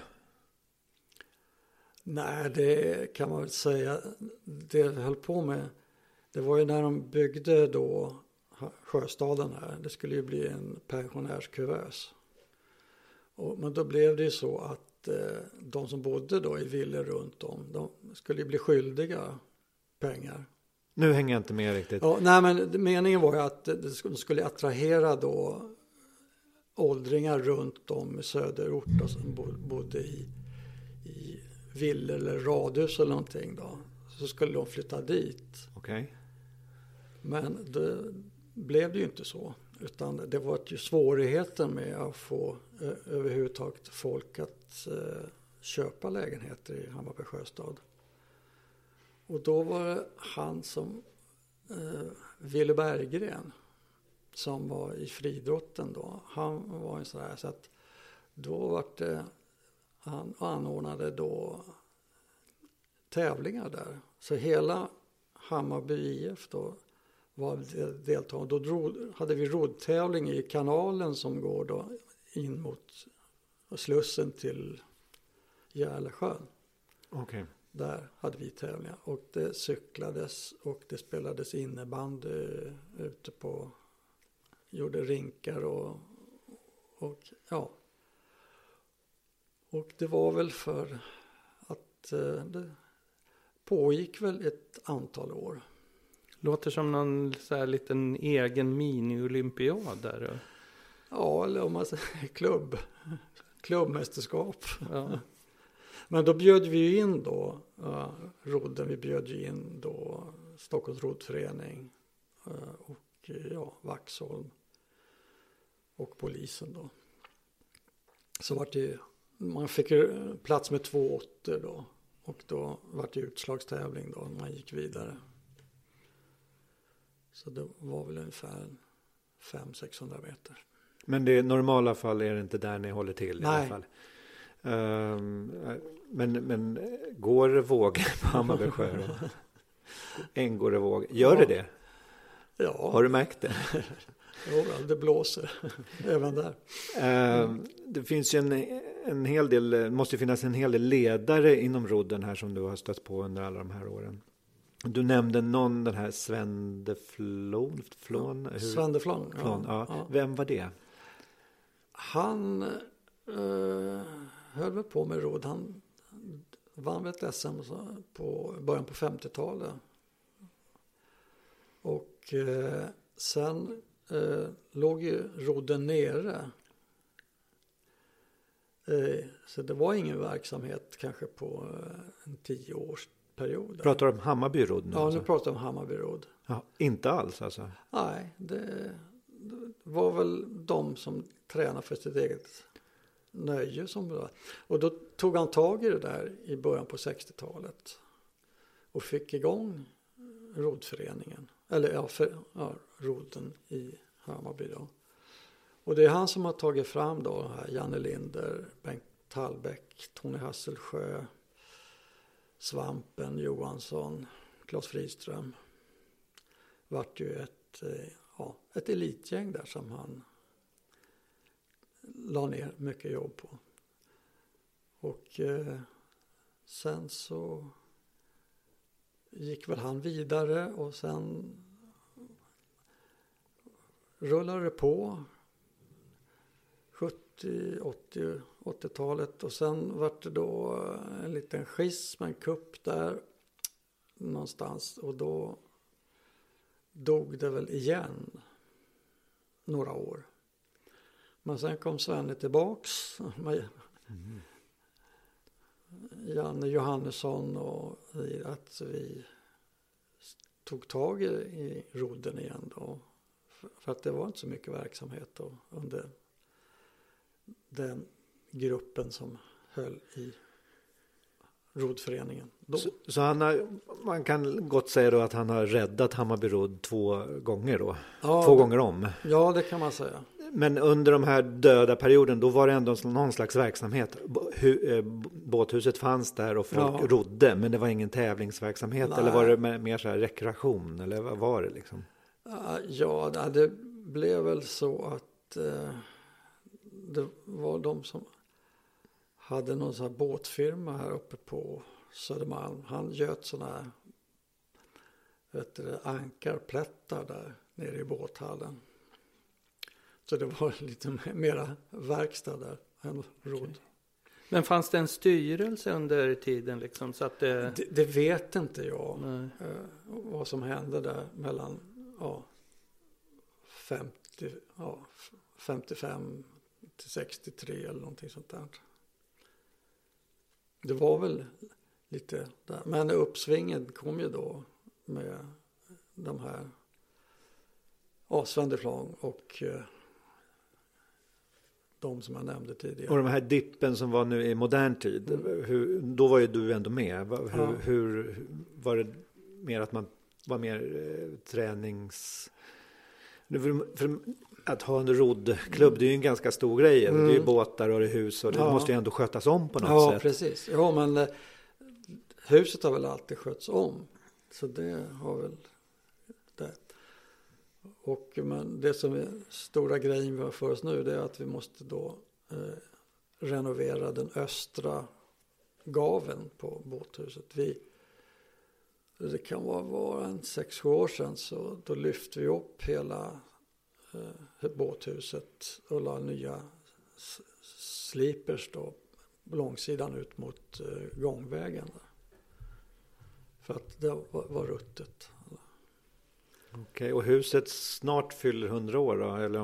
Nej, det kan man väl säga. Det jag höll på med, det var ju när de byggde då sjöstaden här. Det skulle ju bli en pensionärskuvös. Men då blev det ju så att de som bodde då i villor runt om, de skulle ju bli skyldiga pengar. Nu hänger jag inte med riktigt. Ja, nej, men meningen var ju att det skulle attrahera då åldringar runt om i söderort som bodde i villor eller radhus eller någonting då. Så skulle de flytta dit. Okay. Men det blev det ju inte så. Utan det var ju svårigheten med att få överhuvudtaget folk att köpa lägenheter i Hammarby sjöstad. Och då var det han som Ville Berggren som var i friidrotten då. Han var en sån här, så att då var det, han anordnade då tävlingar där. Så hela Hammarby IF då var deltagande. Då hade vi roddtävling i kanalen som går då in mot Slussen till Järlesjön. Okay. Där hade vi tävlingar och det cyklades och det spelades innebandy ute på, gjorde rinkar och ja. Och det var väl för att det pågick väl ett antal år. Låter som någon så här liten egen mini-olympiad där. Ja, eller om man säger klubbmästerskap. Ja. Men då bjöd vi in då rodden, vi bjöd ju in då Stockholms roddförening och Vaxholm och polisen då. Så var det, man fick plats med 2 åttor då och då var det utslagstävling då, man gick vidare. Så det var väl ungefär 500-600 meter. Men i normala fall är det inte där ni håller till i alla fall? Men går det våg på Hammarby sjö? Går det våg? Gör det? Ja. Har du märkt det? Jo, det blåser även där. Det finns ju en hel del, måste finnas en hel del ledare inom rodden här som du har stött på under alla de här åren. Du nämnde den här Svendeflon. Svendeflon, ja. Vem var det? Han höll väl på med rodd. Han vann ett SM på början på 50-talet. Och sen låg ju rodden nere. Så det var ingen verksamhet kanske på en 10-årsperiod. Pratar du om Hammarbyrodd nu? Ja, nu pratar jag om Hammarbyrodd. Ja, inte alls alltså? Nej, det var väl de som tränade för sitt eget nöje som det var. Och då tog han tag i det där i början på 60-talet och fick igång roddföreningen. Eller rodden i Hammarby då. Och det är han som har tagit fram då här Janne Linder, Bengt Tallbäck, Tony Hasselsjö, Svampen Johansson, Claes Friström. Vart ju ett elitgäng där som han la ner mycket jobb på. Och sen så gick väl han vidare och sen rullade det på 70, 80-talet och sen var det då en liten schism, en kupp där någonstans och då dog det väl igen några år. Men sen kom Svenne tillbaks med Janne Johannesson och att vi tog tag i rodden igen då. För att det var inte så mycket verksamhet då under den gruppen som höll i roddföreningen. Så man kan gott säga då att han har räddat Hammarby rodd 2 gånger då? Ja, 2 gånger om? Ja, det kan man säga. Men under de här döda perioden, då var det ändå någon slags verksamhet. Båthuset fanns där och folk rodde, men det var ingen tävlingsverksamhet. Nej. Eller var det mer så här rekreation? Eller vad var det liksom? Ja, det blev väl så att det var de som hade någon sån här båtfirma här uppe på Södermalm. Han göt såna här ankarplättar där nere i båthallen. Så det var lite mera verkstad där än rodd. Okay. Men fanns det en styrelse under tiden liksom? Så att det vet inte jag. Vad som hände där mellan 55 till 63 eller någonting sånt där. Det var väl lite där. Men uppsvingen kom ju då med de här Svendeflon och de som jag nämnde tidigare. Och de här dippen som var nu i modern tid, då var ju du ändå med. Hur var det mer att man var mer tränings... För att ha en roddklubb, det är ju en ganska stor grej. Det är ju båtar och det är hus och det måste ju ändå skötas om på något sätt. Ja, precis. Ja, men huset har väl alltid skötts om. Så det har väl det. Men det som är stora grejen vi har för oss nu, det är att vi måste då renovera den östra gaveln på båthuset. Det kan vara en 6-7 år sedan, så då lyfte vi upp hela båthuset och la nya slipers då långsidan ut mot gångvägen där. För att det var ruttet. Okej, och huset snart fyller 100 år då? Eller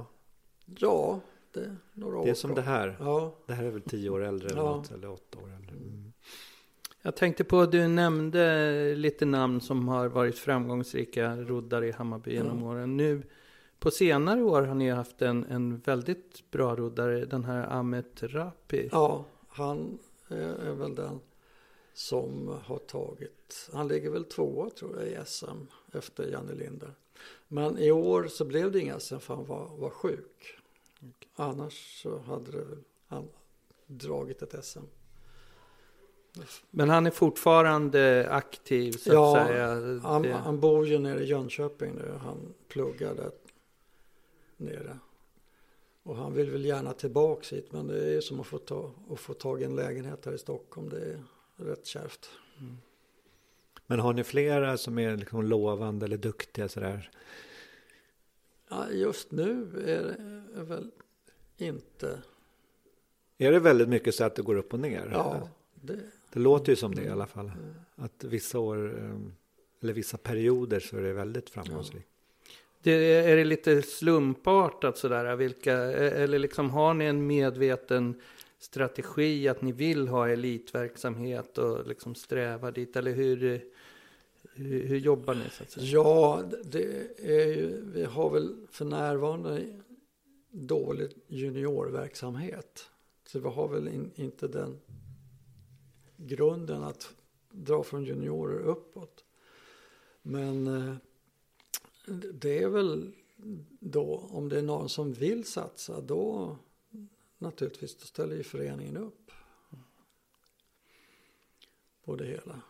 Ja, det är några år. Det är som det här. Ja. Det här är väl 10 år äldre eller något, eller 8 år äldre. Jag tänkte på att du nämnde lite namn som har varit framgångsrika roddare i Hammarby genom åren. Nu på senare år har ni haft en väldigt bra roddare, den här Ahmet Rapi. Ja, han är väl den som har tagit, han ligger väl 2 tror jag i SM efter Janne Linder. Men i år så blev det inga SM för han var sjuk. Okay. Annars så hade det väl han dragit ett SM. Men han är fortfarande aktiv så att säga. Han bor ju nere i Jönköping nu. Han pluggar där nere. Och han vill väl gärna tillbaka hit, men det är som att få tag i en lägenhet här i Stockholm. Det är rätt kärvt. Mm. Men har ni flera som är liksom lovande eller duktiga sådär? Ja, just nu är det väl inte. Är det väldigt mycket så att det går upp och ner? Ja, det låter ju som det i alla fall. Att vissa år eller vissa perioder så är det väldigt framgångsrikt. Är det lite slumpartat sådär? Eller liksom har ni en medveten strategi att ni vill ha elitverksamhet och liksom sträva dit? Eller hur jobbar ni så att säga? Ja, det är ju, vi har väl för närvarande dålig juniorverksamhet. Så vi har väl inte den grunden att dra från juniorer uppåt. Men det är väl då, om det är någon som vill satsa, då naturligtvis då ställer ju föreningen upp på det hela.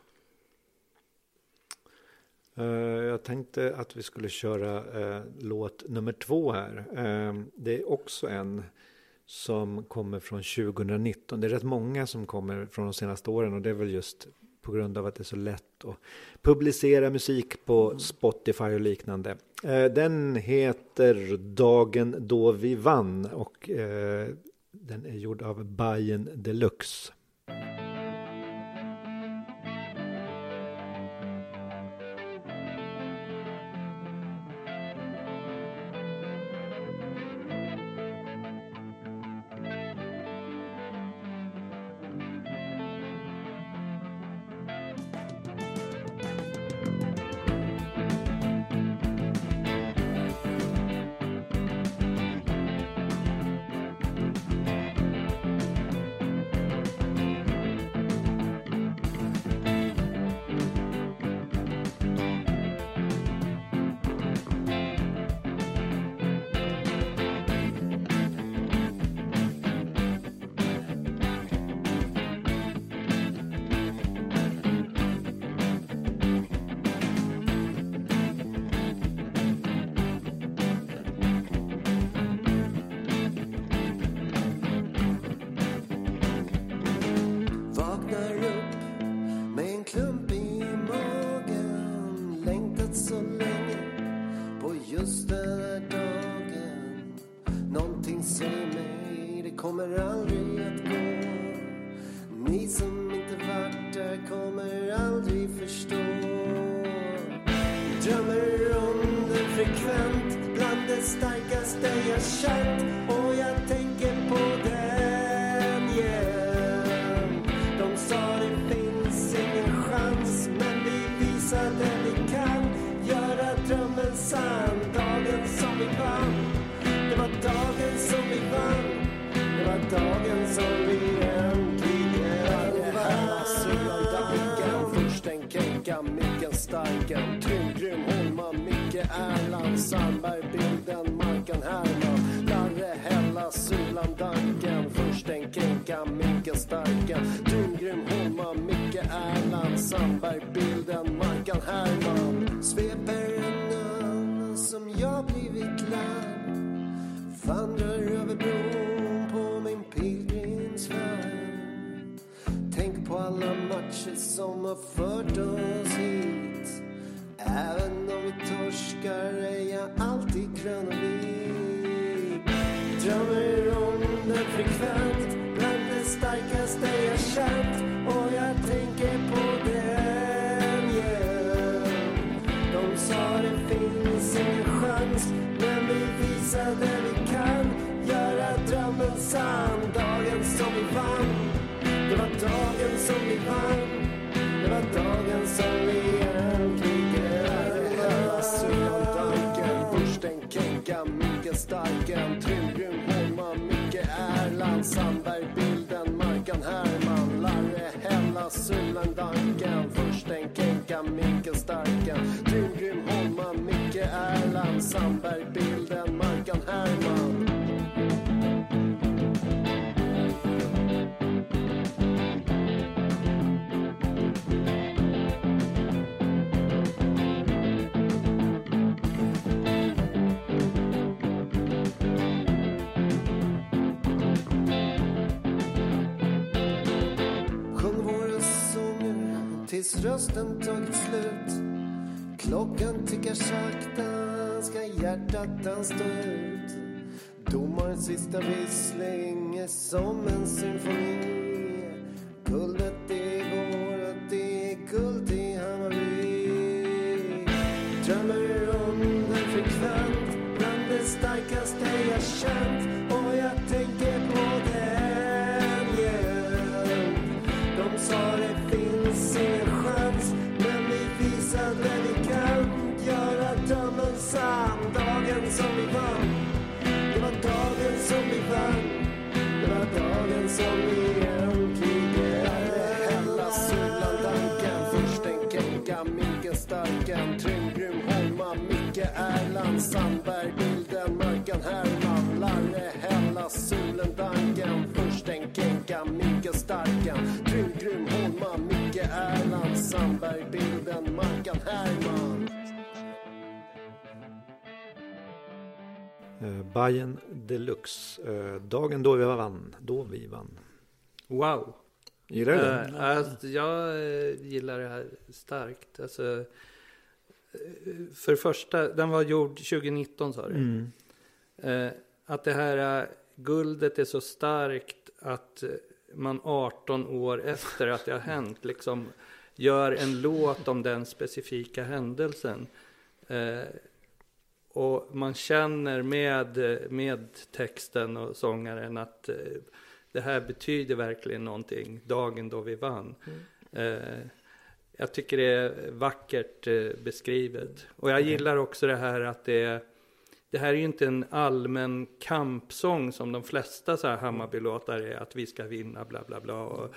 Jag tänkte att vi skulle köra låt nummer 2 här. Det är också en som kommer från 2019. Det är rätt många som kommer från de senaste åren, och det är väl just på grund av att det är så lätt att publicera musik på Spotify och liknande. Den heter Dagen då vi vann, och den är gjord av Bayern Deluxe. suttit så länge på just den här dagen. Någonting säger mig det kommer aldrig att gå. Ni som inte varit där kommer aldrig förstå. Drömmer om den frekvent bland det starkaste jag känt. Och jag tänker på den igen. De sa det finns ingen chans, men vi visade vi kan göra drömmen sann. Dagen som vi vann, det var dagen som vi vann. Det var dagen som vi äntligen vann. Syllandanken, Fursten, Kenka, Micken, Starken, Grym, Holma, Micke, Erland, Sandberg, Bilden, Markan, Herman, Larre, Hella, Syllandanken, Fursten, Kenka, Micken, Starken, Grym, Holma, Micke, Erland, Sandberg, Bilden, Markan, Herman. Sveper en namn som jag blivit lärd, vandrar över bron på min pilgrimsfärd. Tänk på alla matcher som har fört oss hit. Även om vi torskar är jag alltid grön och vit. Drömmer om den frekvent bland det starkaste jag känt. Och jag tänker på den igen. De sa det finns ingen chans, men vi visade vi kan göra drömmen sann. Dagen som vi vann, det var dagen som vi vann. Det var dagen som vi äntligen vann. Syllandanken, Fursten, Kenka, Micke, Starken, Grym, Holma, Micke, Erland, Sandberg, Bilden, Markan, Herman, Larre, Hella, Syllandanken, Fursten, Kenka, Micke, Starken, Grym, Holma, Micke, Erland, Sandberg, Bilden, Markan, Herman. Tills rösten tagit slut. Klockan tickar sakta, ska hjärtat dansa ut. Domarens sista vissling är som en symfoni. Guldet är vårat, det är guld i Hammarby. Drömmer om den frekvent bland det starkaste jag känt. Och jag tänker på den igen. De sa det finns ingen chans, men vi visade vi kan göra drömmen sann. Dagen som vi vann, det var dagen som vi vann. Det var dagen som vi äntligen Hella, Syllandanken, Fursten, Kenka, Micke, Starken, Grym, Holma, Micke, Erland, Sandberg, Bilden, Markan, Herman, Larre, Hella, Syllandanken, Fursten, Kenka, Micke, Starken, Grym, Holma, Micke, Erland, Sandberg, Bilden, Markan, Herman. Bayern Deluxe. Dagen då vi vann. Wow. Gillar du det? Alltså, jag gillar det här starkt. Alltså, för det första, den var gjord 2019 sa du. Att det här guldet är så starkt att man 18 år efter att det har hänt liksom gör en låt om den specifika händelsen. Och man känner med texten och sångaren att det här betyder verkligen någonting. Dagen då vi vann. Jag tycker det är vackert beskrivet. Och jag gillar också det här att det här är ju inte en allmän kampsång som de flesta så här Hammarby-låtar är. Att vi ska vinna bla bla bla. Och,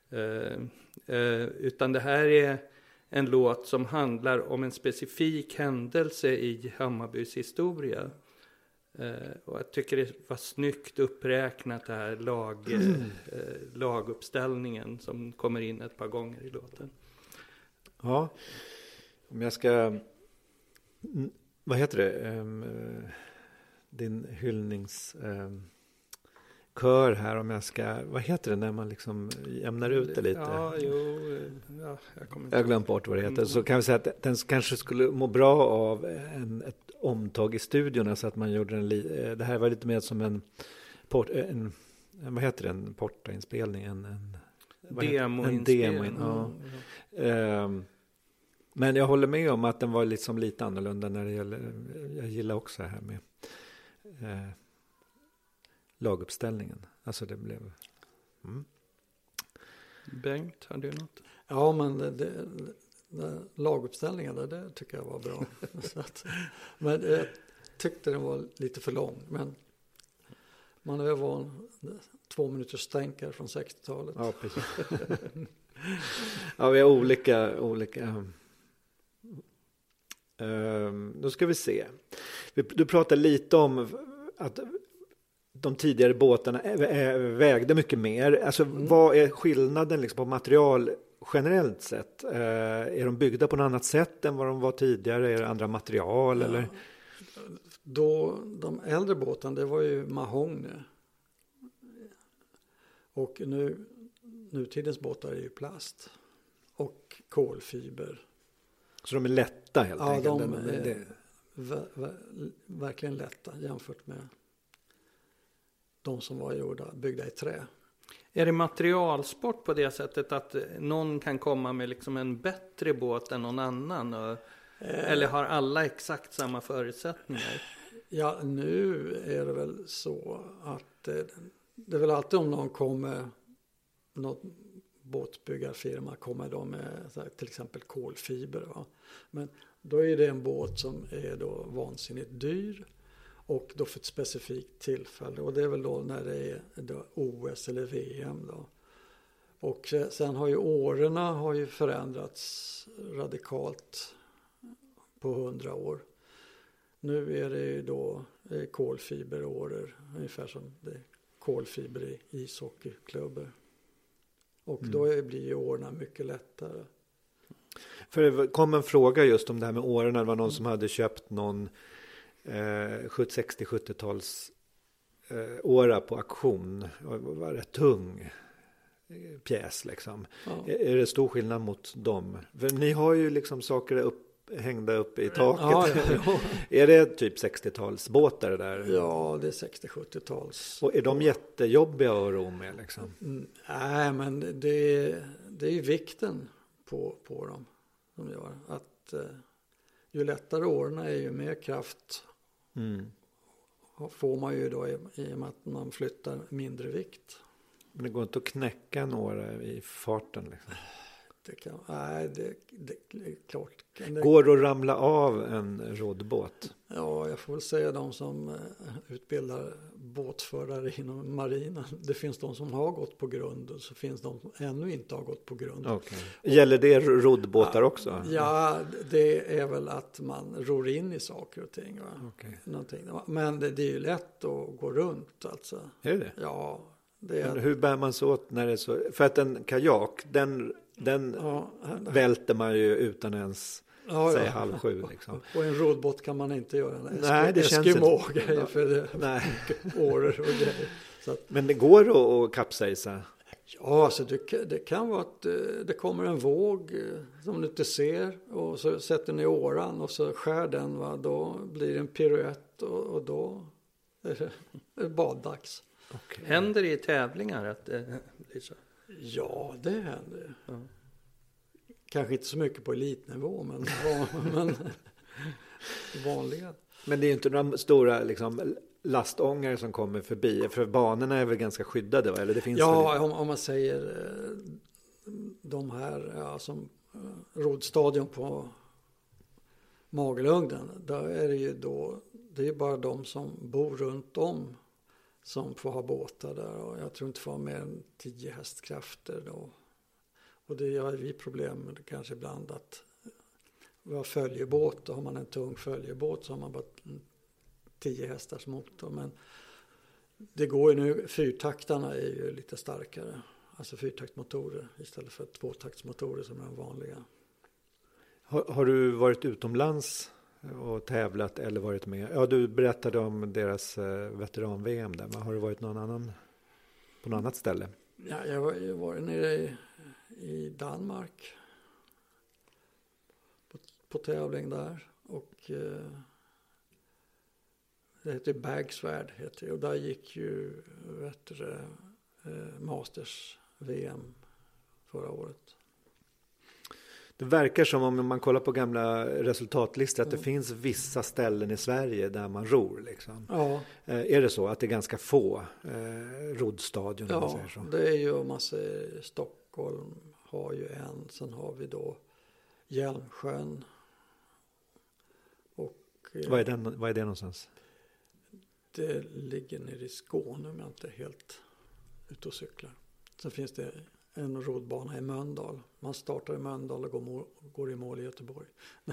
utan det här är en låt som handlar om en specifik händelse i Hammarbys historia. Och jag tycker det var snyggt uppräknat det här laguppställningen som kommer in ett par gånger i låten. Ja, om jag ska, vad heter det, din hyllnings markör här om jag ska, vad heter det när man liksom jämnar ut det lite? Jag har glömt bort vad det heter. Så kan vi säga att den kanske skulle må bra av ett omtag i studion, så att man gjorde det här var lite mer som en vad heter det, en portainspelning, en demoinspelning. Men jag håller med om att den var liksom lite annorlunda när det gäller, jag gillar också det här med laguppställningen. Alltså det blev... Bengt, har du något? Ja, men laguppställningen det tycker jag var bra. Men jag tyckte den var lite för lång. Men man är van 2 minuters stänkare från 60-talet. Ja, precis. Ja, vi har olika. Då ska vi se. Du pratade lite om att de tidigare båtarna vägde mycket mer. Alltså, vad är skillnaden liksom på material generellt sett? Är de byggda på något annat sätt än vad de var tidigare? Är det andra material? Eller? Då, de äldre båtarna, det var ju mahogny. Och nutidens båtar är ju plast. Och kolfiber. Så de är lätta helt enkelt? Ja, de är verkligen lätta jämfört med de som var byggda i trä. Är det materialsport på det sättet att någon kan komma med liksom en bättre båt än någon annan? Eller har alla exakt samma förutsättningar? Ja, nu är det väl så att det är väl alltid om någon kommer, någon båtbyggarfirma kommer då med till exempel kolfiber. Va? Men då är det en båt som är då vansinnigt dyr. Och då för ett specifikt tillfälle. Och det är väl då när det är då OS eller VM då. Och sen har ju årorna har ju förändrats radikalt på 100 år. Nu är det ju då kolfiberåror. Ungefär som det är kolfiber i ishockeyklubbar. Och då blir ju årorna mycket lättare. För det kom en fråga just om det här med årorna. Det var någon som hade köpt någon 60-70-tals åra på auktion. Det var rätt tung pjäs liksom. Ja. Är det stor skillnad mot dem? För ni har ju liksom saker hängda upp i taket. Ja. Är det typ 60-talsbåtar där? Ja, det är 60-70-tals. Och är de jättejobbiga att ro med liksom? Nej, men det är ju vikten på dem som gör att ju lättare årorna är ju mer kraft får man ju då i och med att man flyttar mindre vikt. Men det går inte att knäcka en åra i farten liksom? Det är klart. Går det att ramla av en roddbåt? Ja, jag får väl säga de som utbildar båtförare inom marinen. Det finns de som har gått på grund och så finns de som ännu inte har gått på grund. Okay. Gäller det roddbåtar också? Ja, det är väl att man ror in i saker och ting. Va? Okay. Men det är ju lätt att gå runt alltså. Är det? Ja. Hur bär man sig åt när det är så? För att en kajak, den välter man ju utan ens säga 6:30 liksom. Och en roddbåt kan man inte göra. Nej, det känns inte. För det är åror och grejer. Så att, men det går att kapsejsa? Ja, alltså det kan vara att det kommer en våg som du inte ser och så sätter ni åran och så skär den. Va? Då blir det en piruett och då är det baddags. Okay. Händer det i tävlingar att det blir så? Ja, det händer. Ja. Kanske inte så mycket på elitnivå, men vanliga. Men det är ju inte några stora liksom, lastångare som kommer förbi. För banorna är väl ganska skyddade? Va? Eller det finns om man säger de här som roddstadion på Magelugden. Där är det ju då, det är bara de som bor runt om som får ha båtar där, och jag tror inte får mer än 10 hästkrafter då. Och det gör vi problem med kanske ibland att vi har följebåt, och har man en tung följebåt så har man bara 10 hästars motor. Men det går ju nu, fyrtaktarna är ju lite starkare, alltså fyrtaktmotorer istället för 2-taktsmotorer som är de vanliga. Har du varit utomlands och tävlat eller varit med? Ja, du berättade om deras veteran-VM där, men har du varit någon annan på något annat ställe? Ja, jag var nere i Danmark på tävling där och det heter Bagsvärd och där gick ju Masters VM förra året. Det verkar som om man kollar på gamla resultatlistor att det finns vissa ställen i Sverige där man ror. Liksom. Ja. Är det så att det är ganska få roddstadion? Ja, man säger så? Det är ju massa. Stockholm har ju en, sen har vi då Hjälmsjön. Och, vad är det någonstans? Det ligger nere i Skåne om jag inte är helt ute och cyklar. Sen finns det en roddbana i Mölndal. Man startar i Mölndal och går i mål i Göteborg.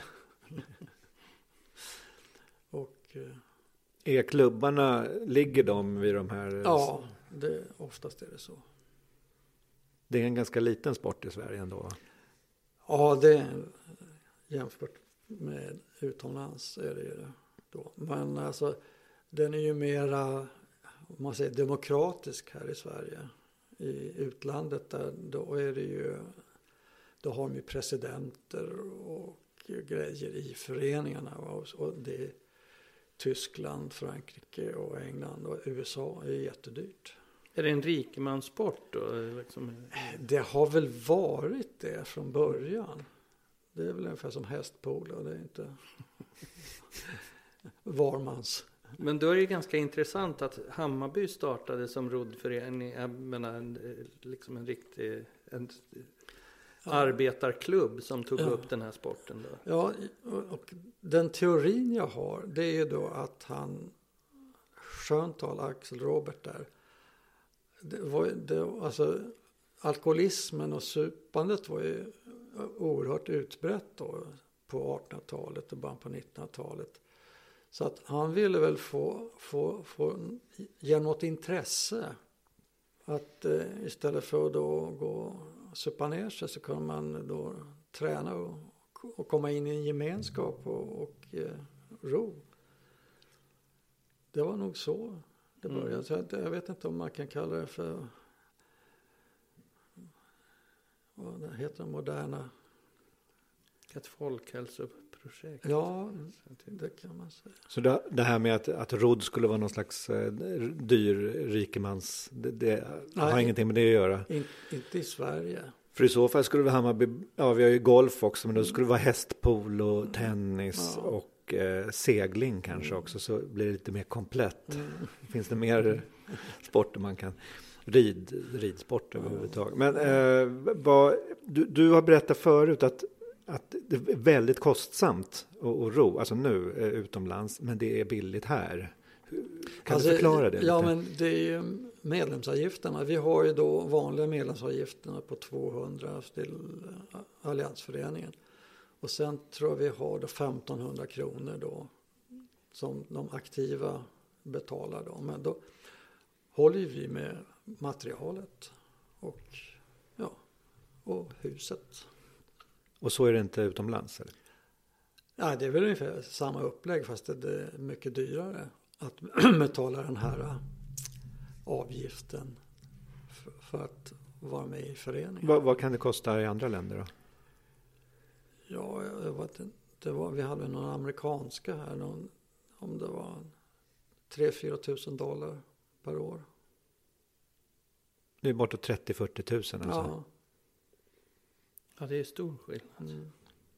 Och, är klubbarna, ligger de vid de här? Ja, oftast är det så. Det är en ganska liten sport i Sverige ändå. Ja, det är jämfört med utomlands är det ju då. Men alltså den är ju mera, om man säger, demokratisk här i Sverige. I utlandet där, då är det ju, då har de ju presidenter och grejer i föreningarna. Och det är Tyskland, Frankrike och England och USA är jättedyrt. Är det en rikemanssport då? Liksom? Det har väl varit det från början. Det är väl ungefär som hästpolo, det är inte varmans. Men då är det ganska intressant att Hammarby startade som roddförening, jag menar, liksom en riktig arbetarklubb som tog upp den här sporten då. Ja, och den teorin jag har, det är ju då att Schöntal, Axel Robert där, alltså alkoholismen och supandet var ju oerhört utbrett då på 1800-talet och början på 1900-talet. Så att han ville väl få genom något intresse att istället för att då gå och supa ner sig så kunde man då träna och komma in i en gemenskap och ro. Det var nog så det började. Så jag vet inte om man kan kalla det för, vad det heter, moderna. Ett folkhälsoprojekt. Ja, det kan man säga. Så det här med att rodd skulle vara någon slags dyr rikemans, det har ingenting med det att göra? Inte i Sverige. För i så fall skulle det Hammarby, vi har ju golf också, men då skulle det vara hästpolo, tennis och segling kanske också, så blir det lite mer komplett. Finns det mer sporter man kan, ridsport överhuvudtaget. Men du har berättat förut att det är väldigt kostsamt att ro, alltså nu utomlands, men det är billigt här. Kan du förklara det lite? Ja, men det är ju medlemsavgifterna. Vi har ju då vanliga medlemsavgifterna på 200 till Alliansföreningen. Och sen tror jag vi har då 1500 kronor då som de aktiva betalar då. Men då håller vi med materialet och huset. Och så är det inte utomlands? Eller? Ja, det är väl ungefär samma upplägg, fast det är mycket dyrare att betala den här avgiften för att vara med i föreningen. Vad kan det kosta i andra länder då? Ja, vi hade någon amerikanska här, om det var 3-4 tusen dollar per år. Det är bortåt 30-40 tusen alltså? Ja. Ja, det är stor skillnad.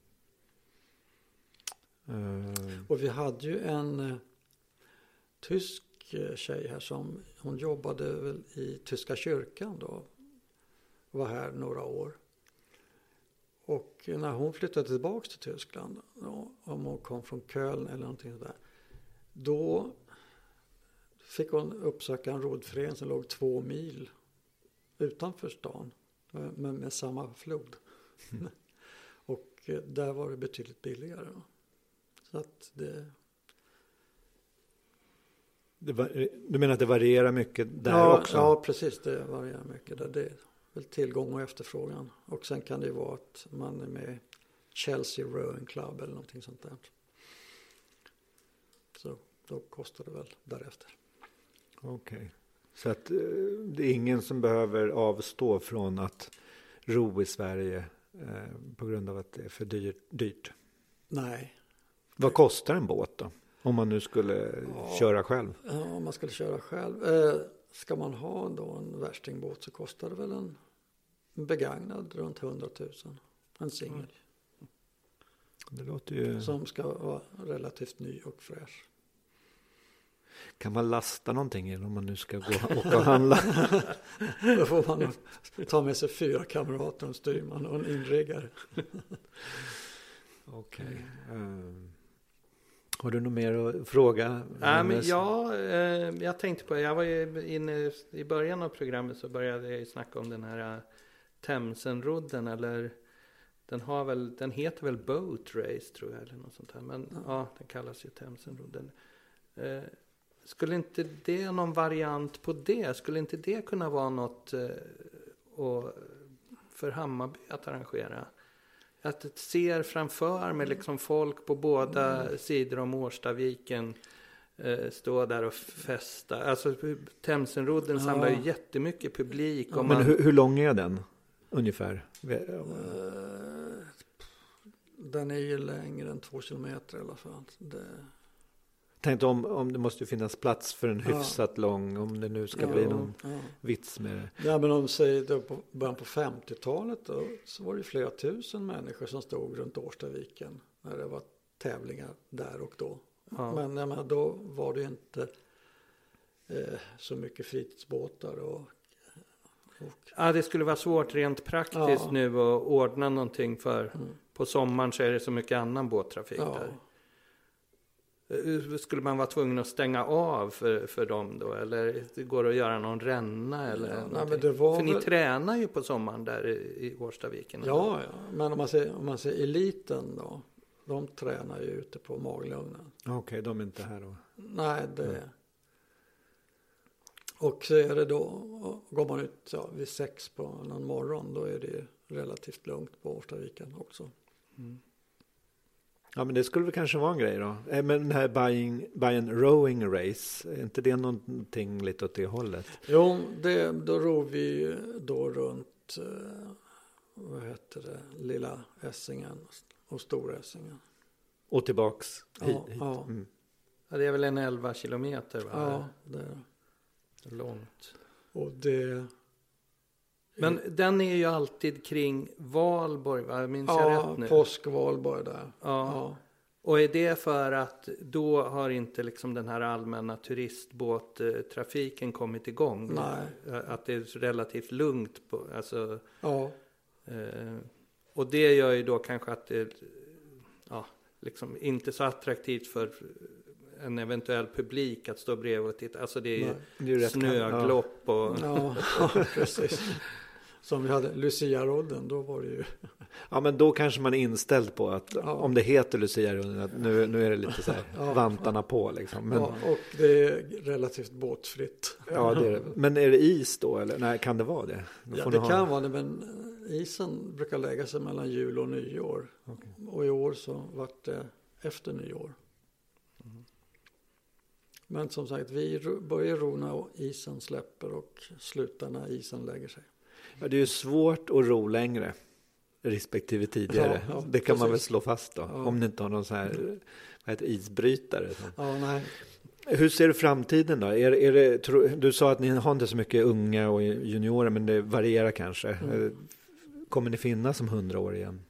Och vi hade ju en tysk tjej här som hon jobbade väl i tyska kyrkan då. Var här några år. Och när hon flyttade tillbaka till Tyskland, om hon kom från Köln eller någonting sådär, då fick hon uppsöka en roddförening som låg 2 mil utanför stan med samma flod. Och där var det betydligt billigare. Så att du menar att det varierar mycket där också? Ja, precis. Det varierar mycket där. Det är väl tillgång och efterfrågan. Och sen kan det ju vara att man är med Chelsea Rowing Club eller någonting sånt där. Så då kostar det väl därefter. Okej. Så att det är ingen som behöver avstå från att ro i Sverige på grund av att det är för dyrt. Nej. Vad kostar en båt då? Om man nu skulle köra själv? Ja, om man skulle köra själv. Ska man ha då en värstingbåt så kostar det väl en begagnad runt 100 000. En singel. Det låter ju... Som ska vara relativt ny och fräsch. Kan man lasta någonting om man nu ska gå och handla? Då får man ta med sig 4 kamrater, en styrman och en inriggare. Okej. Har du något mer att fråga? Jag tänkte på, jag var ju inne i början av programmet så började jag snacka om den här Themsenrodden, eller den heter väl Boat Race tror jag, eller något sånt här, men den kallas ju Themsenrodden. Skulle inte det någon variant på det? Skulle inte det kunna vara något för Hammarby att arrangera? Att ser framför mig liksom folk på båda sidor om Årstaviken stå där och festa. Alltså Themsenrodden samlar ju jättemycket publik. Men hur lång är den ungefär? Den är ju längre än 2 kilometer i alla fall. Tänkte om det måste finnas plats för en hyfsat lång, om det nu ska bli någon vits med det. Ja, men om säger då på början på 50-talet då, så var det flera tusen människor som stod runt Årstaviken när det var tävlingar där och då. Ja. Men jag menar, då var det inte så mycket fritidsbåtar och... Ja, det skulle vara svårt rent praktiskt nu att ordna någonting för på sommaren så är det så mycket annan båttrafik där. Skulle man vara tvungen att stänga av för dem då? Eller går det att göra någon ränna? Eller men det var för ni tränar ju på sommaren där i Årstaviken. Ja, men om man ser eliten då. De tränar ju ute på Maglugnen. Okej, de är inte här då? Nej, Och så är det då, går man ut vid 6 på någon morgon, då är det relativt lugnt på Årstaviken också. Mm. Ja, men det skulle väl kanske vara en grej då. Men den här Bayern Rowing Race, är inte det någonting lite åt det hållet? Jo, då ror vi då runt, Lilla Essingen och Stora Essingen. Och tillbaks hit. Ja. Mm. Ja, det är väl en 11 kilometer va? Ja, det är långt. Och det... Men den är ju alltid kring Valborg, va? Minns jag rätt nu? Ja, påsk-Valborg där. Ja. Och är det för att då har inte liksom den här allmänna turistbåttrafiken kommit igång? Nej. Att det är relativt lugnt på, alltså... Ja. Och det gör ju då kanske att det liksom inte så attraktivt för en eventuell publik att stå bredvid och titta. Alltså det är ju snöglopp och... Ja, precis. Som vi hade Lucia-rodden, då var det ju... Ja, men då kanske man är inställd på att om det heter Lucia-rodden, att nu är det lite så här vantarna på liksom. Men... Ja, och det är relativt båtfritt. Ja, det är det. Men är det is då? Eller? Nej, kan det vara det? Ja, det kan vara det, men isen brukar lägga sig mellan jul och nyår. Okay. Och i år så var det efter nyår. Mm. Men som sagt, vi börjar ro när isen släpper och slutar när isen lägger sig. Ja, det är ju svårt att ro längre respektive tidigare. Ja, det kan precis. Man väl slå fast då. Ja. Om ni inte har någon så här isbrytare. Ja, nej. Hur ser du framtiden då? Är det, du sa att ni har inte så mycket unga och juniorer, men det varierar kanske. Kommer ni finnas som 100 år igen?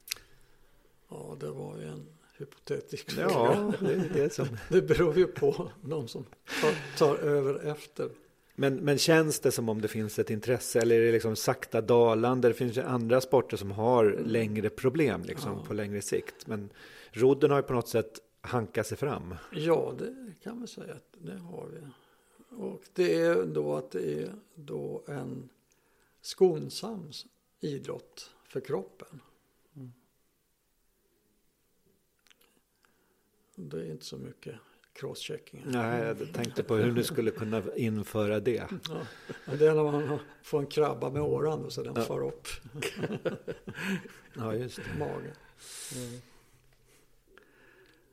Ja, det var ju en hypotetisk fråga. Ja, det är som... Det beror ju på de som tar över efter. Men känns det som om det finns ett intresse, eller är det liksom sakta dalande? Det finns ju andra sporter som har längre problem liksom, på längre sikt. Men rodden har ju på något sätt hankat sig fram. Ja, det kan man säga att det har vi. Och det är då att det är då en skonsam idrott för kroppen. Mm. Det är inte så mycket crosschecking. Nej, jag tänkte på hur du skulle kunna införa det. Ja, det är när man får en krabba med åran och så den far upp. Ja, just det. Magen.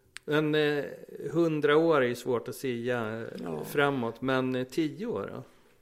Men 100 år är ju svårt att säga framåt, men 10 år då?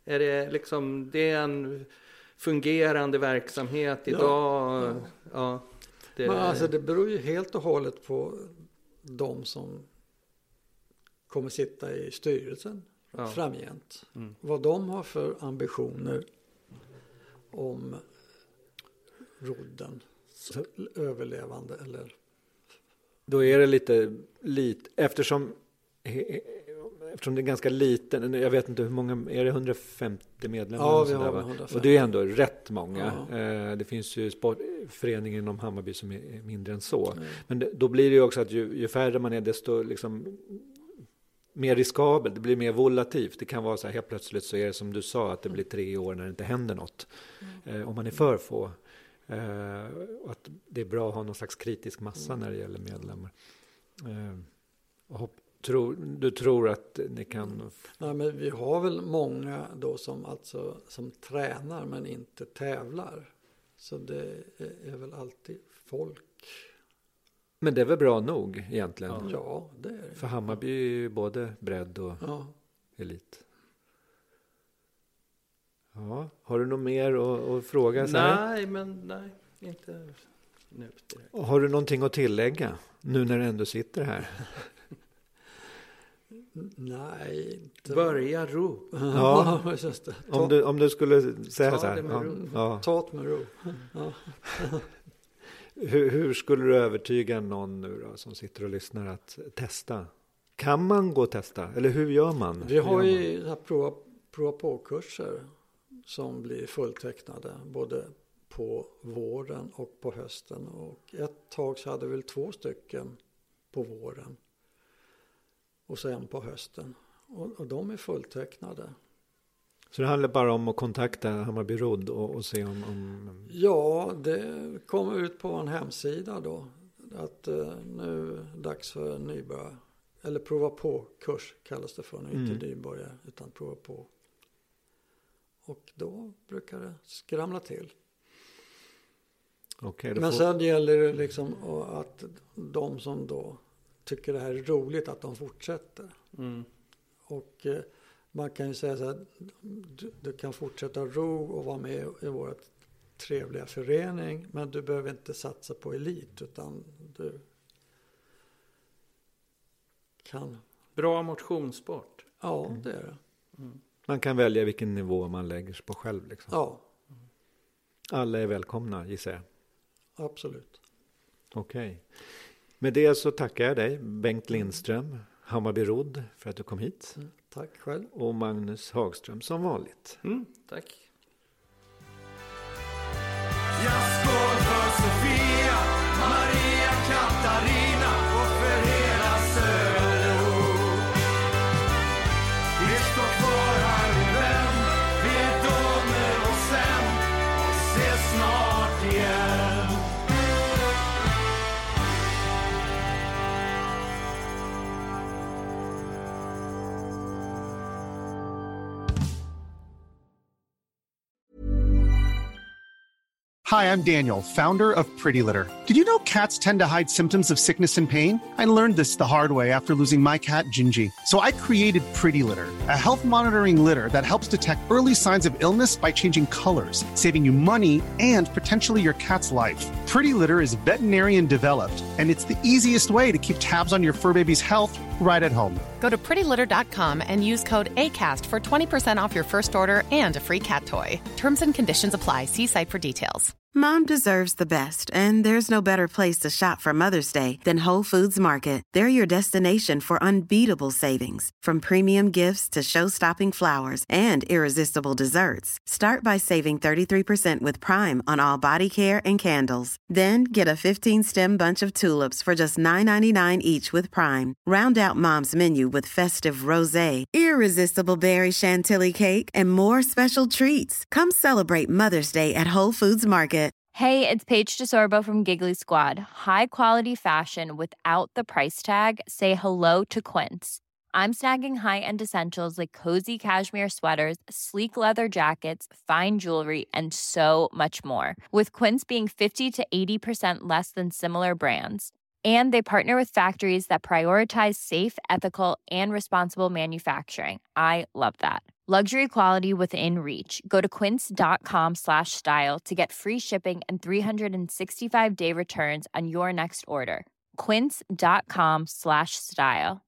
Är det liksom, det är en fungerande verksamhet idag? Ja. Men alltså det beror ju helt och hållet på de som kommer sitta i styrelsen framgent. Vad de har för ambitioner om rodden överlevande eller... Då är det lite eftersom det är ganska liten, jag vet inte hur många, är det 150 medlemmar? Ja, vi har 150. Och det är ändå rätt många. Det finns ju sportföreningen inom Hammarby som är mindre än så. Men då blir det ju också att ju färre man är, desto liksom mer riskabelt, det blir mer volatilt. Det kan vara så här, helt plötsligt så är det som du sa, att det blir 3 år när det inte händer något. Om man är för få. Och att det är bra att ha någon slags kritisk massa när det gäller medlemmar. Du tror att ni kan... Nej, men vi har väl många då som tränar men inte tävlar. Så det är väl alltid folk. Men det är väl bra nog egentligen? Ja, det är det. För Hammarby är ju både bredd och elit. Ja, har du något mer att fråga? Nej, inte nu. Har du någonting att tillägga nu när du ändå sitter här? Nej. Inte. Börja ro. Ja. Just det. Om du skulle säga så här. Ta det med ro. Ja. Hur skulle du övertyga någon nu då, som sitter och lyssnar att testa? Kan man gå och testa? Eller hur gör man? Vi har ju prova på-kurser som blir fulltecknade både på våren och på hösten. Och ett tag så hade vi väl 2 stycken på våren. Och så en på hösten. Och de är fulltecknade. Så det handlar bara om att kontakta Hammarby Rodd och se om... Ja, det kommer ut på en hemsida då. Att nu är det dags för nybörjare. Eller prova på-kurs kallas det för. Inte nybörjare utan prova på. Och då brukar det skramla till. Okay, men sen gäller det liksom att de som då tycker det här är roligt att de fortsätter. Och man kan ju säga så här, du kan fortsätta ro och vara med i vår trevliga förening, men du behöver inte satsa på elit utan du kan... Bra motionssport. Ja, det är det. Man kan välja vilken nivå man lägger sig på själv. Liksom. Ja. Alla är välkomna, gissar jag. Absolut. Okej. Med det så tackar jag dig, Bengt Lindström, Hammarby Rodd, för att du kom hit. Tack själv. Och Magnus Hagström som vanligt. Tack. Jag skål för Sofia, Maria, Katarina och för hela Söderort. Vi står kvar här min vän, vi är damer och sen och ses snart igen. Hi, I'm Daniel, founder of Pretty Litter. Did you know cats tend to hide symptoms of sickness and pain? I learned this the hard way after losing my cat, Gingy. So I created Pretty Litter, a health monitoring litter that helps detect early signs of illness by changing colors, saving you money and potentially your cat's life. Pretty Litter is veterinarian developed, and it's the easiest way to keep tabs on your fur baby's health right at home. Go to prettylitter.com and use code ACAST for 20% off your first order and a free cat toy. Terms and conditions apply. See site for details. Mom deserves the best, and there's no better place to shop for Mother's Day than Whole Foods Market. They're your destination for unbeatable savings, from premium gifts to show-stopping flowers and irresistible desserts. Start by saving 33% with Prime on all body care and candles. Then get a 15-stem bunch of tulips for just $9.99 each with Prime. Round out Mom's menu with festive rosé, irresistible berry chantilly cake, and more special treats. Come celebrate Mother's Day at Whole Foods Market. Hey, it's Paige DeSorbo from Giggly Squad. High quality fashion without the price tag. Say hello to Quince. I'm snagging high-end essentials like cozy cashmere sweaters, sleek leather jackets, fine jewelry, and so much more. With Quince being 50 to 80% less than similar brands. And they partner with factories that prioritize safe, ethical, and responsible manufacturing. I love that. Luxury quality within reach. Go to quince.com/style to get free shipping and 365-day returns on your next order. Quince.com/style.